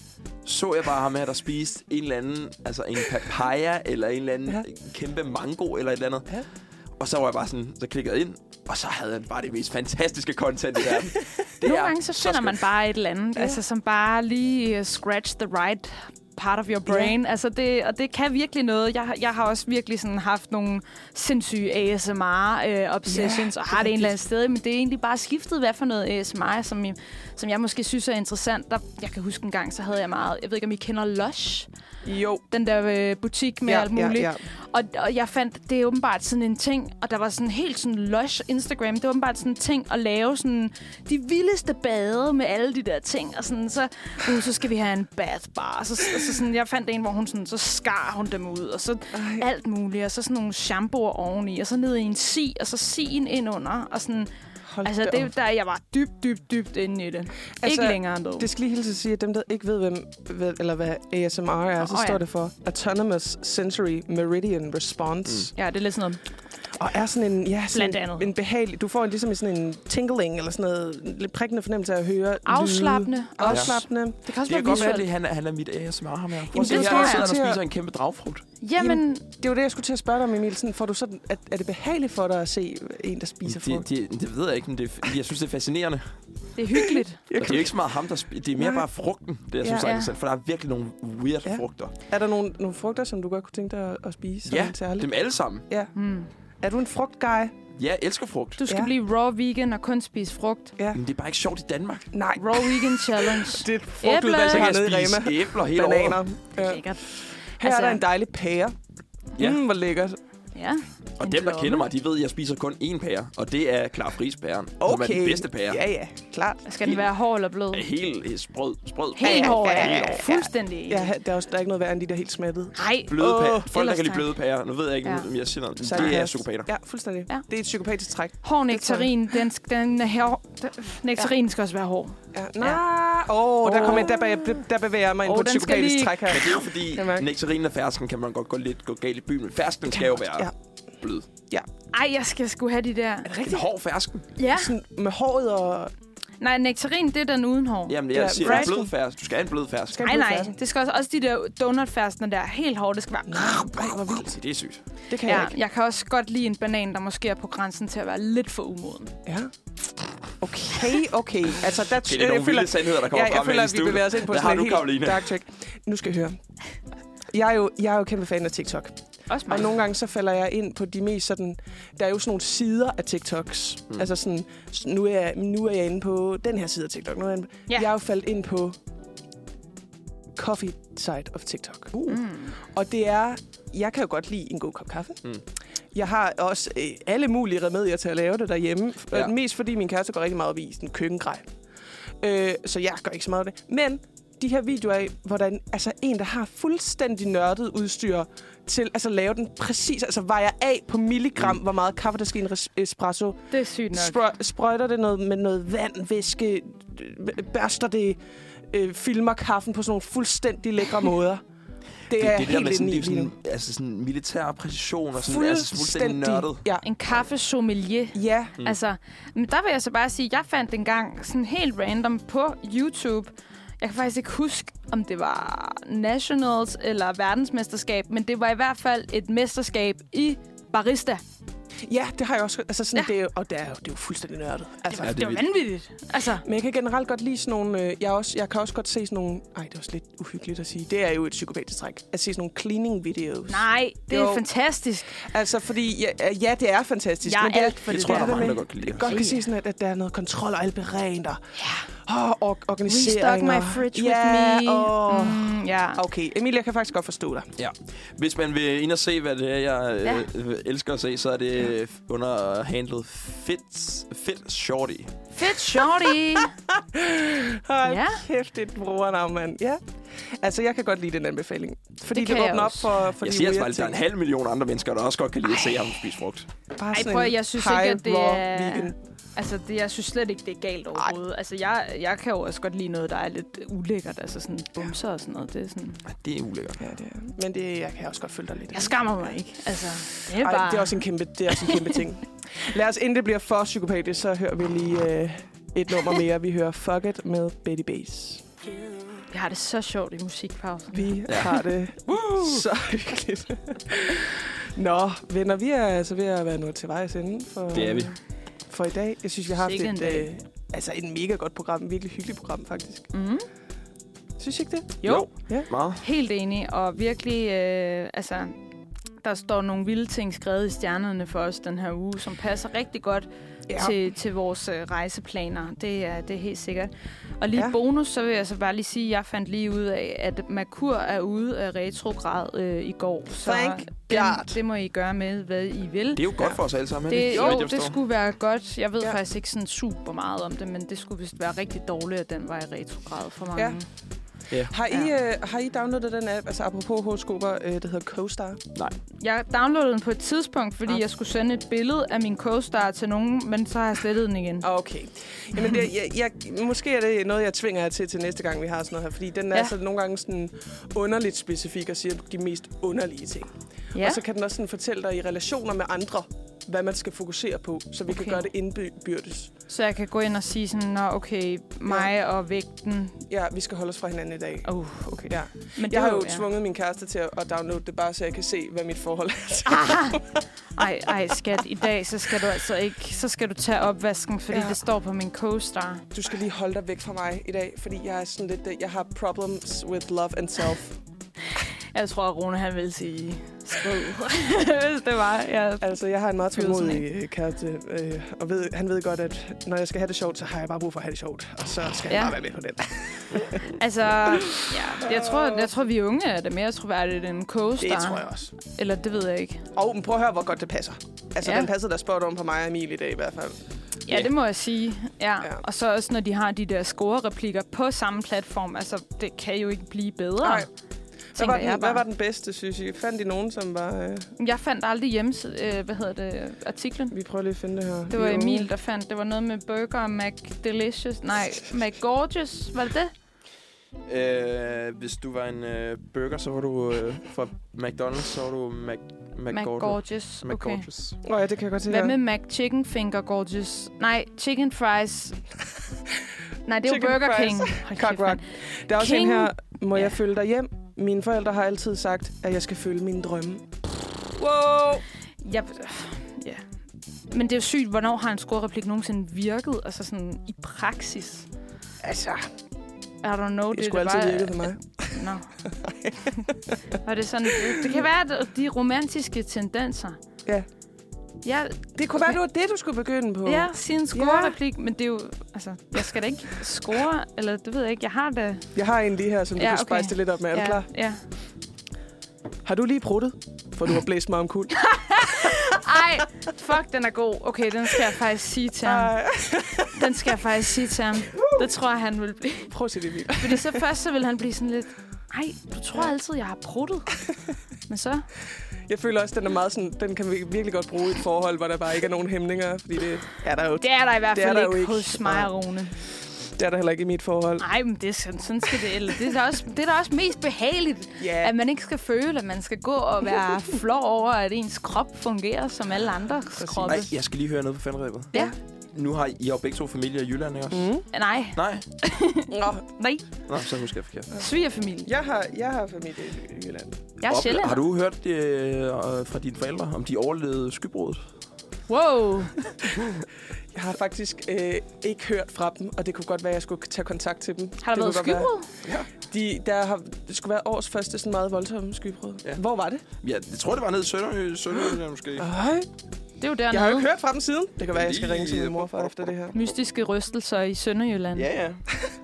så jeg bare ham her, der spiste en eller anden, altså en papaya, eller en eller anden Ja. ja. kæmpe mango, eller et eller andet. Ja. Og så var jeg bare sådan, så klikkede jeg ind, og så havde han bare det mest fantastiske content i verden. Det Nogle er gange så så finder man skønt. bare et eller andet, Ja. ja. altså som bare lige uh, scratch the right part of your brain. Ja. Altså det, og det kan virkelig noget. Jeg, har- jeg har også virkelig sådan haft nogle sindssyge A S M R-obsessions, Ja, og det har er det en eller anden rigtigt. sted, men det er egentlig bare skiftet, hvad for noget A S M R, som, jeg- som jeg måske synes er interessant. Der, jeg kan huske en gang, så havde jeg meget, jeg ved ikke, om I kender Lush? Jo. Den der øh, butik med Ja, alt muligt. ja, ja. Og, og jeg fandt, det er åbenbart sådan en ting, og der var sådan helt sådan lush Instagram. Det var åbenbart sådan en ting at lave sådan de vildeste bade med alle de der ting. Og sådan, så, uh, så skal vi have en bath bar. Så, så sådan, jeg fandt en, hvor hun sådan, så skar hun dem ud, og så Ej. alt muligt. Og så sådan nogle shampooer oveni, og så ned i en si, og så sien ind under. Og sådan, Hold altså da op. det, der jeg var dybt, dybt, dybt inde i det. Altså, Altså, ikke længere endda. Det skal lige hilse at sige, at dem, der ikke ved, hvem, hvad, eller hvad A S M R er, så Åh, ja. står det for Autonomous Sensory Meridian Response. Ja, det er lidt sådan noget. Og er sådan en, ja, sådan Blandt en, andet. en behagelig... Du får en, ligesom sådan en tingling, eller sådan noget lidt prikkende fornemmelse af at høre Afslappende. lyde. Også. Afslappende. Det kan også Det kan være godt være, visuelt. at han er, han er mit A S M R, ham her. Prøv Jamen, at se, det her tror jeg. sidder han og Til at- spiser en kæmpe dragfrugt. Jamen, Det var det, jeg skulle til at spørge dig om, Emil. Sådan, får du sådan, er, er det behageligt for dig at se en, der spiser frugt? Det, det, det ved jeg ikke, men det, er- jeg synes, det er fascinerende. det er hyggeligt. Og det er jo ikke så meget ham, der spiser. Det er mere Nej. bare frugten, det jeg Ja. synes er Ja. interessant. For der er virkelig nogle weird Ja. frugter. Er der nogle, nogle frugter, som du godt kunne tænke dig at, at spise? Ja, sådan særligt? dem alle sammen. Ja. Mm. Er du en frugtguy? Ja, jeg elsker frugt. Du skal Ja. ja. blive raw vegan og kun spise frugt. Ja. Men det er bare ikke sjovt i Danmark. Nej. Raw vegan challenge. Det er et frugtudvalg, Så der kan har jeg nede i spise Rema. æbler hele Bananer. året. Ja. Lækkert. Her Altså- er der en dejlig pære. Ja. Mm, hvor lækkert. Ja. Og En dem, der blomme. kender mig, de ved, at jeg spiser kun én pære. Og det er Klar Fris-pæren. Som er den bedste pære. Ja, ja. Klart. Skal den være hård eller blød? Er helt helt sprød. sprød. Helt hård, ja, ja, ja. ja, ja. Fuldstændig. Ja, der er, også, der er ikke noget værre end de der helt smattede. Nej. Bløde Åh, pære. Folk, der ellers kan lide tak. bløde pærer. Nu ved jeg ikke, Ja. om jeg siger noget. Så Det er jeg- psykopater. Ja, fuldstændig. Ja. Det er et psykopatisk træk. Hård nektarin, den, sk- den er her. Nektarin skal også være hård. Ja. Nej. Åh, oh, der, kommer jeg, der, bevæger, der bevæger jeg mig ind Åh, på et den skal psykopatisk lige- træk her. Men det er jo fordi, Jeg mærker. nektarinen og fersken kan man godt gå lidt gå galt i byen. Men fersken skal jo være Ja. blød. Ej, jeg skal sgu have de der. En hård fersken. Ja. Sådan med håret og... Nej, nektarin, det er den uden hår. Jamen, Ja, jeg siger, en fersken. blød fersken. Du skal have en blød fersken. Skal Nej, blød nej. fersken. Det skal også, også de der donutfærsene der. Helt hårde. Det skal være... Ej, hvor vildt. Det er sygt. Det kan jeg Ja, ikke. jeg kan også godt lide en banan, der måske er på grænsen til at være lidt for umoden. Ja. Okay, okay. Altså, der, Det er nogle jeg føler, vilde sandheder, der kommer ja, jeg frem føler, her i at vi studiet. bevæger os ind på Hvad sådan har en du, helt Karoline? dark track. Nu skal jeg høre. Jeg er jo, jeg er jo kæmpe fan af TikTok. Også Og mig. nogle gange så falder jeg ind på de mest sådan... Der er jo sådan nogle sider af TikToks. Mm. Altså sådan, s- nu er, jeg, nu er jeg inde på den her side af TikTok. Nu er jeg, inde, Ja. jeg er jo faldet ind på coffee side of TikTok. Uh. Mm. Og det er... Jeg kan jo godt lide en god kop kaffe. Mm. Jeg har også øh, alle mulige remedier til at lave det derhjemme. Ja. Ja. Mest fordi min kæreste går rigtig meget op i sådan køkkengrej. Øh, så jeg gør ikke så meget af det. Men de her videoer af, hvordan altså en, der har fuldstændig nørdet udstyr til altså lave den præcis, altså vejer af på milligram, mm. hvor meget kaffe, der skal i en res- espresso. Det er sygt nok. Sprø- sprøjter det noget med noget vand, væske, øh, børster det, øh, filmer kaffen på sådan nogle fuldstændig lækre måder. Det, Det, er det, det der med helt sådan, inde det er i jo lige nu. sådan, altså sådan militær præcision og sådan, altså fuldstændig nørdet. Ja. En kaffesommelier. Ja. Mm. Altså, men der vil jeg så bare sige, at jeg fandt en gang sådan helt random på YouTube. Jeg kan faktisk ikke huske, om det var Nationals eller verdensmesterskab, men det var i hvert fald et mesterskab i barista. Ja, det har jeg også. Altså sådan, Ja. det er jo, og det er jo, det er jo fuldstændig nørdet. Altså, Ja, Det er jo vildt. vanvittigt. Altså, men jeg kan generelt godt lide sådan nogle... Øh, jeg, er også, jeg kan også godt se sådan nogle... Ej, det er også lidt uhyggeligt at sige. Det er jo et psykopatisk træk. At se sådan nogle cleaning videos. nej, det er Jo. fantastisk. Altså, fordi... Ja, ja det er fantastisk. Jeg er men det, alt for Det det tror jeg, der. der er mange, der med- godt kan lide. godt kan Ja. se sådan, at, at der er noget kontrol, og alt bliver rent, og, Ja. oh, og organisering. Restock my fridge ja, with me. Og, Mm, ja. Okay, Emilie, jeg kan faktisk godt forstå dig. Ja. Hvis man vil ind og se, hvad det er, jeg Ja. øh, elsker at se, så er det ja. under handlet Fit, Fit Shorty. Fedt, shorty. Hold Ja. kæft, det er et brugernavn, mand. Ja. Altså, jeg kan godt lide den anbefaling. Fordi Det det, kan det åbner jeg op også. for, for Jeg de siger altså, weird at der er en ting. halv million andre mennesker, der også godt kan lide at se ham spise frugt. Bare Ej, sådan prøv at- en jeg synes high ikke, at det raw er- vegan. Altså, det, jeg synes slet ikke, det er galt overhovedet. Altså, jeg, jeg kan jo også godt lide noget, der er lidt ulækkert. Altså, sådan bumser og sådan noget. Det er sådan... Ej, det er ulækkert. Ja, det er. Men det, jeg kan også godt følge dig lidt. Jeg skammer mig ikke. Altså, det er Ej, bare... det er også en kæmpe, det er også en kæmpe ting. Lad os, inden det bliver for psykopatisk, så hører vi lige øh, et nummer mere. Vi hører Fuck It med Betty Bass. Jeg har det så sjovt i musikpausen. Vi Ja. har det så hyggeligt. Nå, venner, vi er altså ved at være nået til vejs ende for, Det er vi. for i dag. Jeg synes, vi har haft Sikke en et, dag. øh, altså et mega godt program. Et virkelig hyggeligt program, faktisk. Mm. Synes I ikke det? Jo, Jo. Ja. Meget. helt enig. Og virkelig, øh, altså... Der står nogle vilde ting skrevet i stjernerne for os den her uge, som passer rigtig godt Ja. til, til vores øh, rejseplaner. Det er, det er helt sikkert. Og lige Ja. ja. bonus, så vil jeg så bare lige sige, at jeg fandt lige ud af, at Merkur er ude af retrograd øh, i går. Så Thank den, God. det må I gøre med, hvad I vil. Det er jo godt Ja. for os alle sammen. er Det, ikke? Så jo, vidt jeg det forstår. skulle være godt. Jeg ved Ja. ja. faktisk ikke sådan super meget om det, men det skulle vist være rigtig dårligt, at den var i retrograd for mange. Ja. Ja. Har I, øh, har I downloadet den app, altså apropos horoskoper, øh, der hedder CoStar? Nej. Jeg downloadede den på et tidspunkt, fordi Ja. jeg skulle sende et billede af min co-star til nogen, men så har jeg slettet den igen. Okay. Jamen, det, jeg, jeg, måske er det noget, jeg tvinger jer til til næste gang, vi har sådan noget her. Fordi den er Ja. altså nogle gange sådan underligt specifik og siger de mest underlige ting. Ja. Og så kan den også sådan fortælle dig i relationer med andre, hvad man skal fokusere på, så vi okay. kan Okay. gøre det indbyrdes. Så jeg kan gå ind og sige sådan, nå okay, mig ja. og vægten. Ja, vi skal holde os fra hinanden i dag. Uh, okay. Ja. Men det Jeg har jo ja. tvunget min kæreste til at at downloade det, bare så jeg kan se, hvad mit forhold er til. Ah! Ej, ej, skat, i dag, så skal du altså ikke, så skal du tage opvasken, fordi Ja. ja. det står på min co-star. Du skal lige holde dig væk fra mig i dag, fordi jeg er sådan lidt, jeg har problems with love and self. Jeg tror, at Rune, han vil sige skriv, hvis det var. Ja. Altså, jeg har en meget Følelsen tålmodig øh, kæreste, øh, og ved, han ved godt, at når jeg skal have det sjovt, så har jeg bare brug for at have det sjovt. Og så skal ja. Ja. jeg bare være med på den. Altså, ja, jeg tror, jeg tror, vi unge er det mere troværdigt end en co-star. Det tror jeg også. Eller det ved jeg ikke. Og men prøv at høre, hvor godt det passer. Altså, Ja. den passede der spot om på mig og Emil i dag i hvert fald. Ja, Ja. det må jeg sige. Ja. Ja. ja. Og så også, når de har de der score-replikker på samme platform. Altså, det kan jo ikke blive bedre. Nej. Hvad var, tænker jeg den, hvad bare. var den bedste, synes I? Fandt I nogen, som var... Øh, Jeg fandt aldrig hjemmeside, øh, hvad hedder det, artiklen. vi prøver lige at finde det her. Det var Vi er unge. Emil, der fandt. Det var noget med burger og McDelicious. Nej, McGorgeous. Var det det? Øh, hvis du var en øh, burger, så var du øh, fra McDonald's, så var du Mac, McGorgeous. McGorgeous. Okay. McGorgeous. Nå ja, det kan jeg godt se Hvad her. med McChicken Finger Gorgeous? Nej, Chicken Fries. Nej, det er jo Chicken Burger fries. King. Hold Cock kæft, rock. mand. Der er også King. en her, må Ja. jeg følge dig hjem? Mine forældre har altid sagt, at jeg skal følge mine drømme. Wow! Jeg, ja. Men det er jo sygt, hvornår har en score-replik nogensinde virket? Altså sådan i praksis. Altså, I don't know. det skulle altid virke for mig. Nå. Og det er sådan, det, det kan være, at de romantiske tendenser. Ja. Ja, Det kunne være, det var det, du skulle begynde på. ja sige en score-replik, men det er jo, altså, jeg skal da ikke score, eller det ved jeg ikke, jeg har det. Jeg har en lige her, som du Ja, kan okay. spice det lidt op med. Er du Ja, klar? ja. Har du lige pruttet? For du har blæst mig om kul. Ej, fuck, den er god. Okay, den skal jeg faktisk sige til ham. Ej. Den skal jeg faktisk sige til ham. Det tror jeg, han vil blive. Prøv at se det vildt. Fordi så først så vil han blive sådan lidt, ej, du tror altid, jeg har pruttet. Men så, Jeg føler også, den er meget sådan, den kan vi virkelig godt bruge i et forhold, hvor der bare ikke er nogen hæmninger. Fordi det er der jo, det er der i hvert Det er fald der jo ikke ikke. hos mig og Rune. det er der heller ikke i mit forhold. Nej, men det er sådan, sådan skal det. Eller det er da også, det er da også mest behageligt, Ja. at man ikke skal føle, at man skal gå og være flov over, at ens krop fungerer som alle andres kroppe. Nej, jeg skal lige høre noget på fandrebet. Ja. Nu har I, I har jo begge to familier i Jylland, ikke også? Mm. Nej, Nej. Nå, nej. Nå, så husker jeg forkert. Svigerfamilie. jeg har, jeg har familie i Jylland. Jeg er Ople- sjældent. Har du hørt det øh, fra dine forældre, om de overlevede skybruddet? Wow. Jeg har faktisk øh, ikke hørt fra dem, og det kunne godt være, at jeg skulle tage kontakt til dem. Har der det været skybrud? Ja. De, der har, det skulle være års første sådan meget voldsomme skybrud. Ja. Hvor var det? Ja, jeg tror, det var nede i Sønderjylland, Sønderjylland måske. Ej. Det er jo dernede. Jeg har jo ikke hørt fra dem siden. Det kan være, at jeg skal ringe til min morfar efter det her. Mystiske rystelser i Sønderjylland. Ja, ja.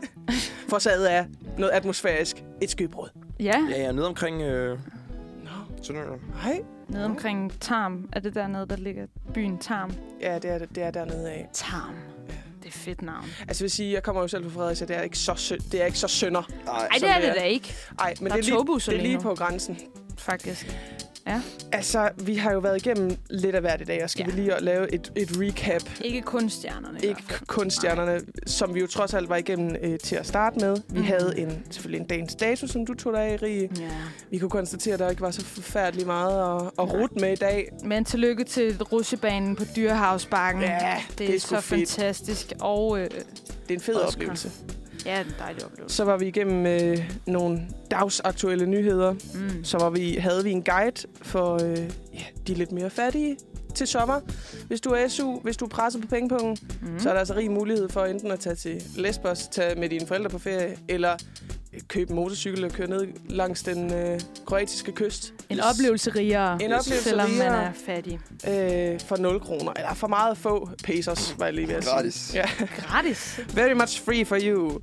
Forsaget er noget atmosfærisk. Et skybrud. Ja. Ja, ja, nede omkring øh, Sønderjylland. Hej. Nede omkring Tarm. Er det dernede, der ligger byen Tarm? Ja, det er, det er dernede af. Tarm. Det er et fedt navn. Altså, jeg vil sige, jeg kommer jo selv fra Fredericia. Det er ikke så, sø- det er ikke så sønder. Nej, det er det da ikke. Nej, men der det er, lige, det er lige på grænsen. Faktisk. Ja. Altså, vi har jo været igennem lidt af hvert i dag, og skal ja. vi lige lave et, et recap. Ikke kun stjernerne. Ikke kun stjernerne, som vi jo trods alt var igennem øh, til at starte med. Vi mm. havde en, selvfølgelig en dagens dato, som du tog dig af, Rie. Ja. Vi kunne konstatere, at der ikke var så forfærdeligt meget at, at rute med i dag. Men tillykke til rutsjebanen på Dyrehavsbakken. Ja, det, det er er så fedt. Fantastisk. Og, øh, det er en fed Oscar. oplevelse. Ja, en dejlig oplevelse. Så var vi igennem øh, nogle dagsaktuelle nyheder. Mm. Så var vi, havde vi en guide for øh, ja, de lidt mere fattige til sommer. Hvis du er S U, hvis du er presset på pengepungen, mm. så er der altså rig mulighed for enten at tage til Lesbos, tage med dine forældre på ferie, eller købe en motorcykel og køre ned langs den øh, kroatiske kyst. En oplevelse rigere, en oplevelse selvom rigere, man er fattig. Øh, for nul kroner. Eller for meget få pesos, var jeg lige ved at sige. Gratis. Ja. Gratis. Very much free for you.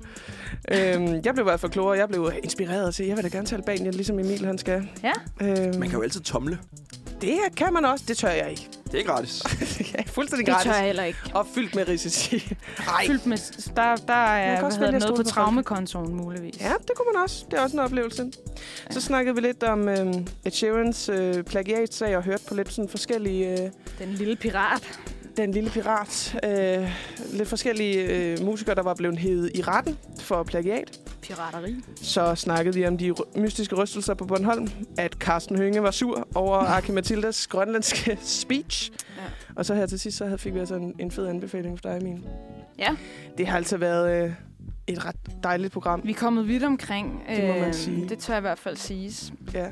øhm, jeg blev i hvert fald klogere. Jeg blev inspireret til, jeg vil da gerne til Albanien, ligesom Emil han skal. Ja. Øhm, Man kan jo altid tomle. Det kan man også. Det tør jeg ikke. Det er gratis. Ja, fuldstændig Det gratis. tør jeg heller ikke. Og fyldt med risici. Ej. Fyldt med... Der, der er kan også hvad vælge at noget på stole på traumekontoen, muligvis. Ja, det kunne man også. Det er også en oplevelse. Ja. Så snakkede vi lidt om øhm, Ed Sheerans øh, plagiatsag og hørte på lidt sådan forskellige... Øh, Den lille pirat. Den lille pirat. Øh, lidt forskellige øh, musikere, der var blevet hævet i retten for plagiat. Pirateri. Så snakkede vi om de ry- mystiske rystelser på Bornholm. At Carsten Hønge var sur over Aki Mathildas grønlandske speech. Ja. Og så her til sidst, så fik vi altså en, en fed anbefaling for dig, min. Ja. Det har altså været øh, et ret dejligt program. Vi er kommet vidt omkring. Det må man øh, sige. Det tør jeg i hvert fald siges. Ja.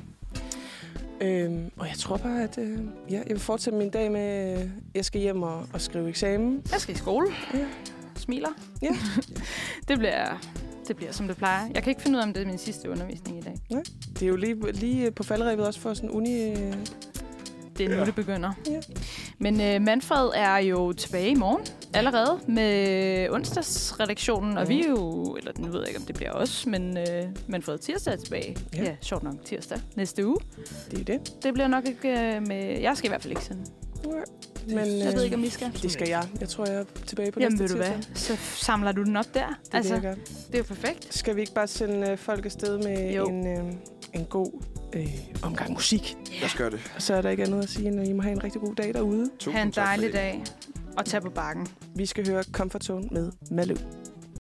Øhm, og jeg tror bare, at øh, ja, jeg vil fortsætte min dag med, øh, jeg skal hjem og, og skrive eksamen. Jeg skal i skole. Ja. Smiler. Ja. det, bliver, det bliver, som det plejer. Jeg kan ikke finde ud af, om det er min sidste undervisning i dag. Ja. Det er jo lige, lige på falderæbet også for sådan uni... Øh... Det er nu, Ja. det begynder. Ja. Men øh, Manfred er jo tilbage i morgen allerede med onsdagsredaktionen, og Mhm. vi er jo, eller nu ved jeg ikke, om det bliver os, men øh, Manfred tirsdag er tilbage. Ja. Ja. ja, sjovt nok tirsdag næste uge. Det er det. Det bliver nok ikke øh, med... Jeg skal i hvert fald ikke sende. Men, Jeg ved ikke, om I skal. Det skal jeg. Jeg tror, jeg er tilbage på Jamen, næste ved du hvad? tirsdag. Så samler du den op der. Det er altså, det, jeg gør. det er jo perfekt. Skal vi ikke bare sende øh, folk afsted med Jo. en, øh, en god øh, omgang musik? Lad os gøre det. Og så er der ikke andet at sige, end at I må have en rigtig god dag derude. Tusind Ha' en tak for dejlig det. dag. Og tag på bakken. Vi skal høre Comfort Zone med Malou.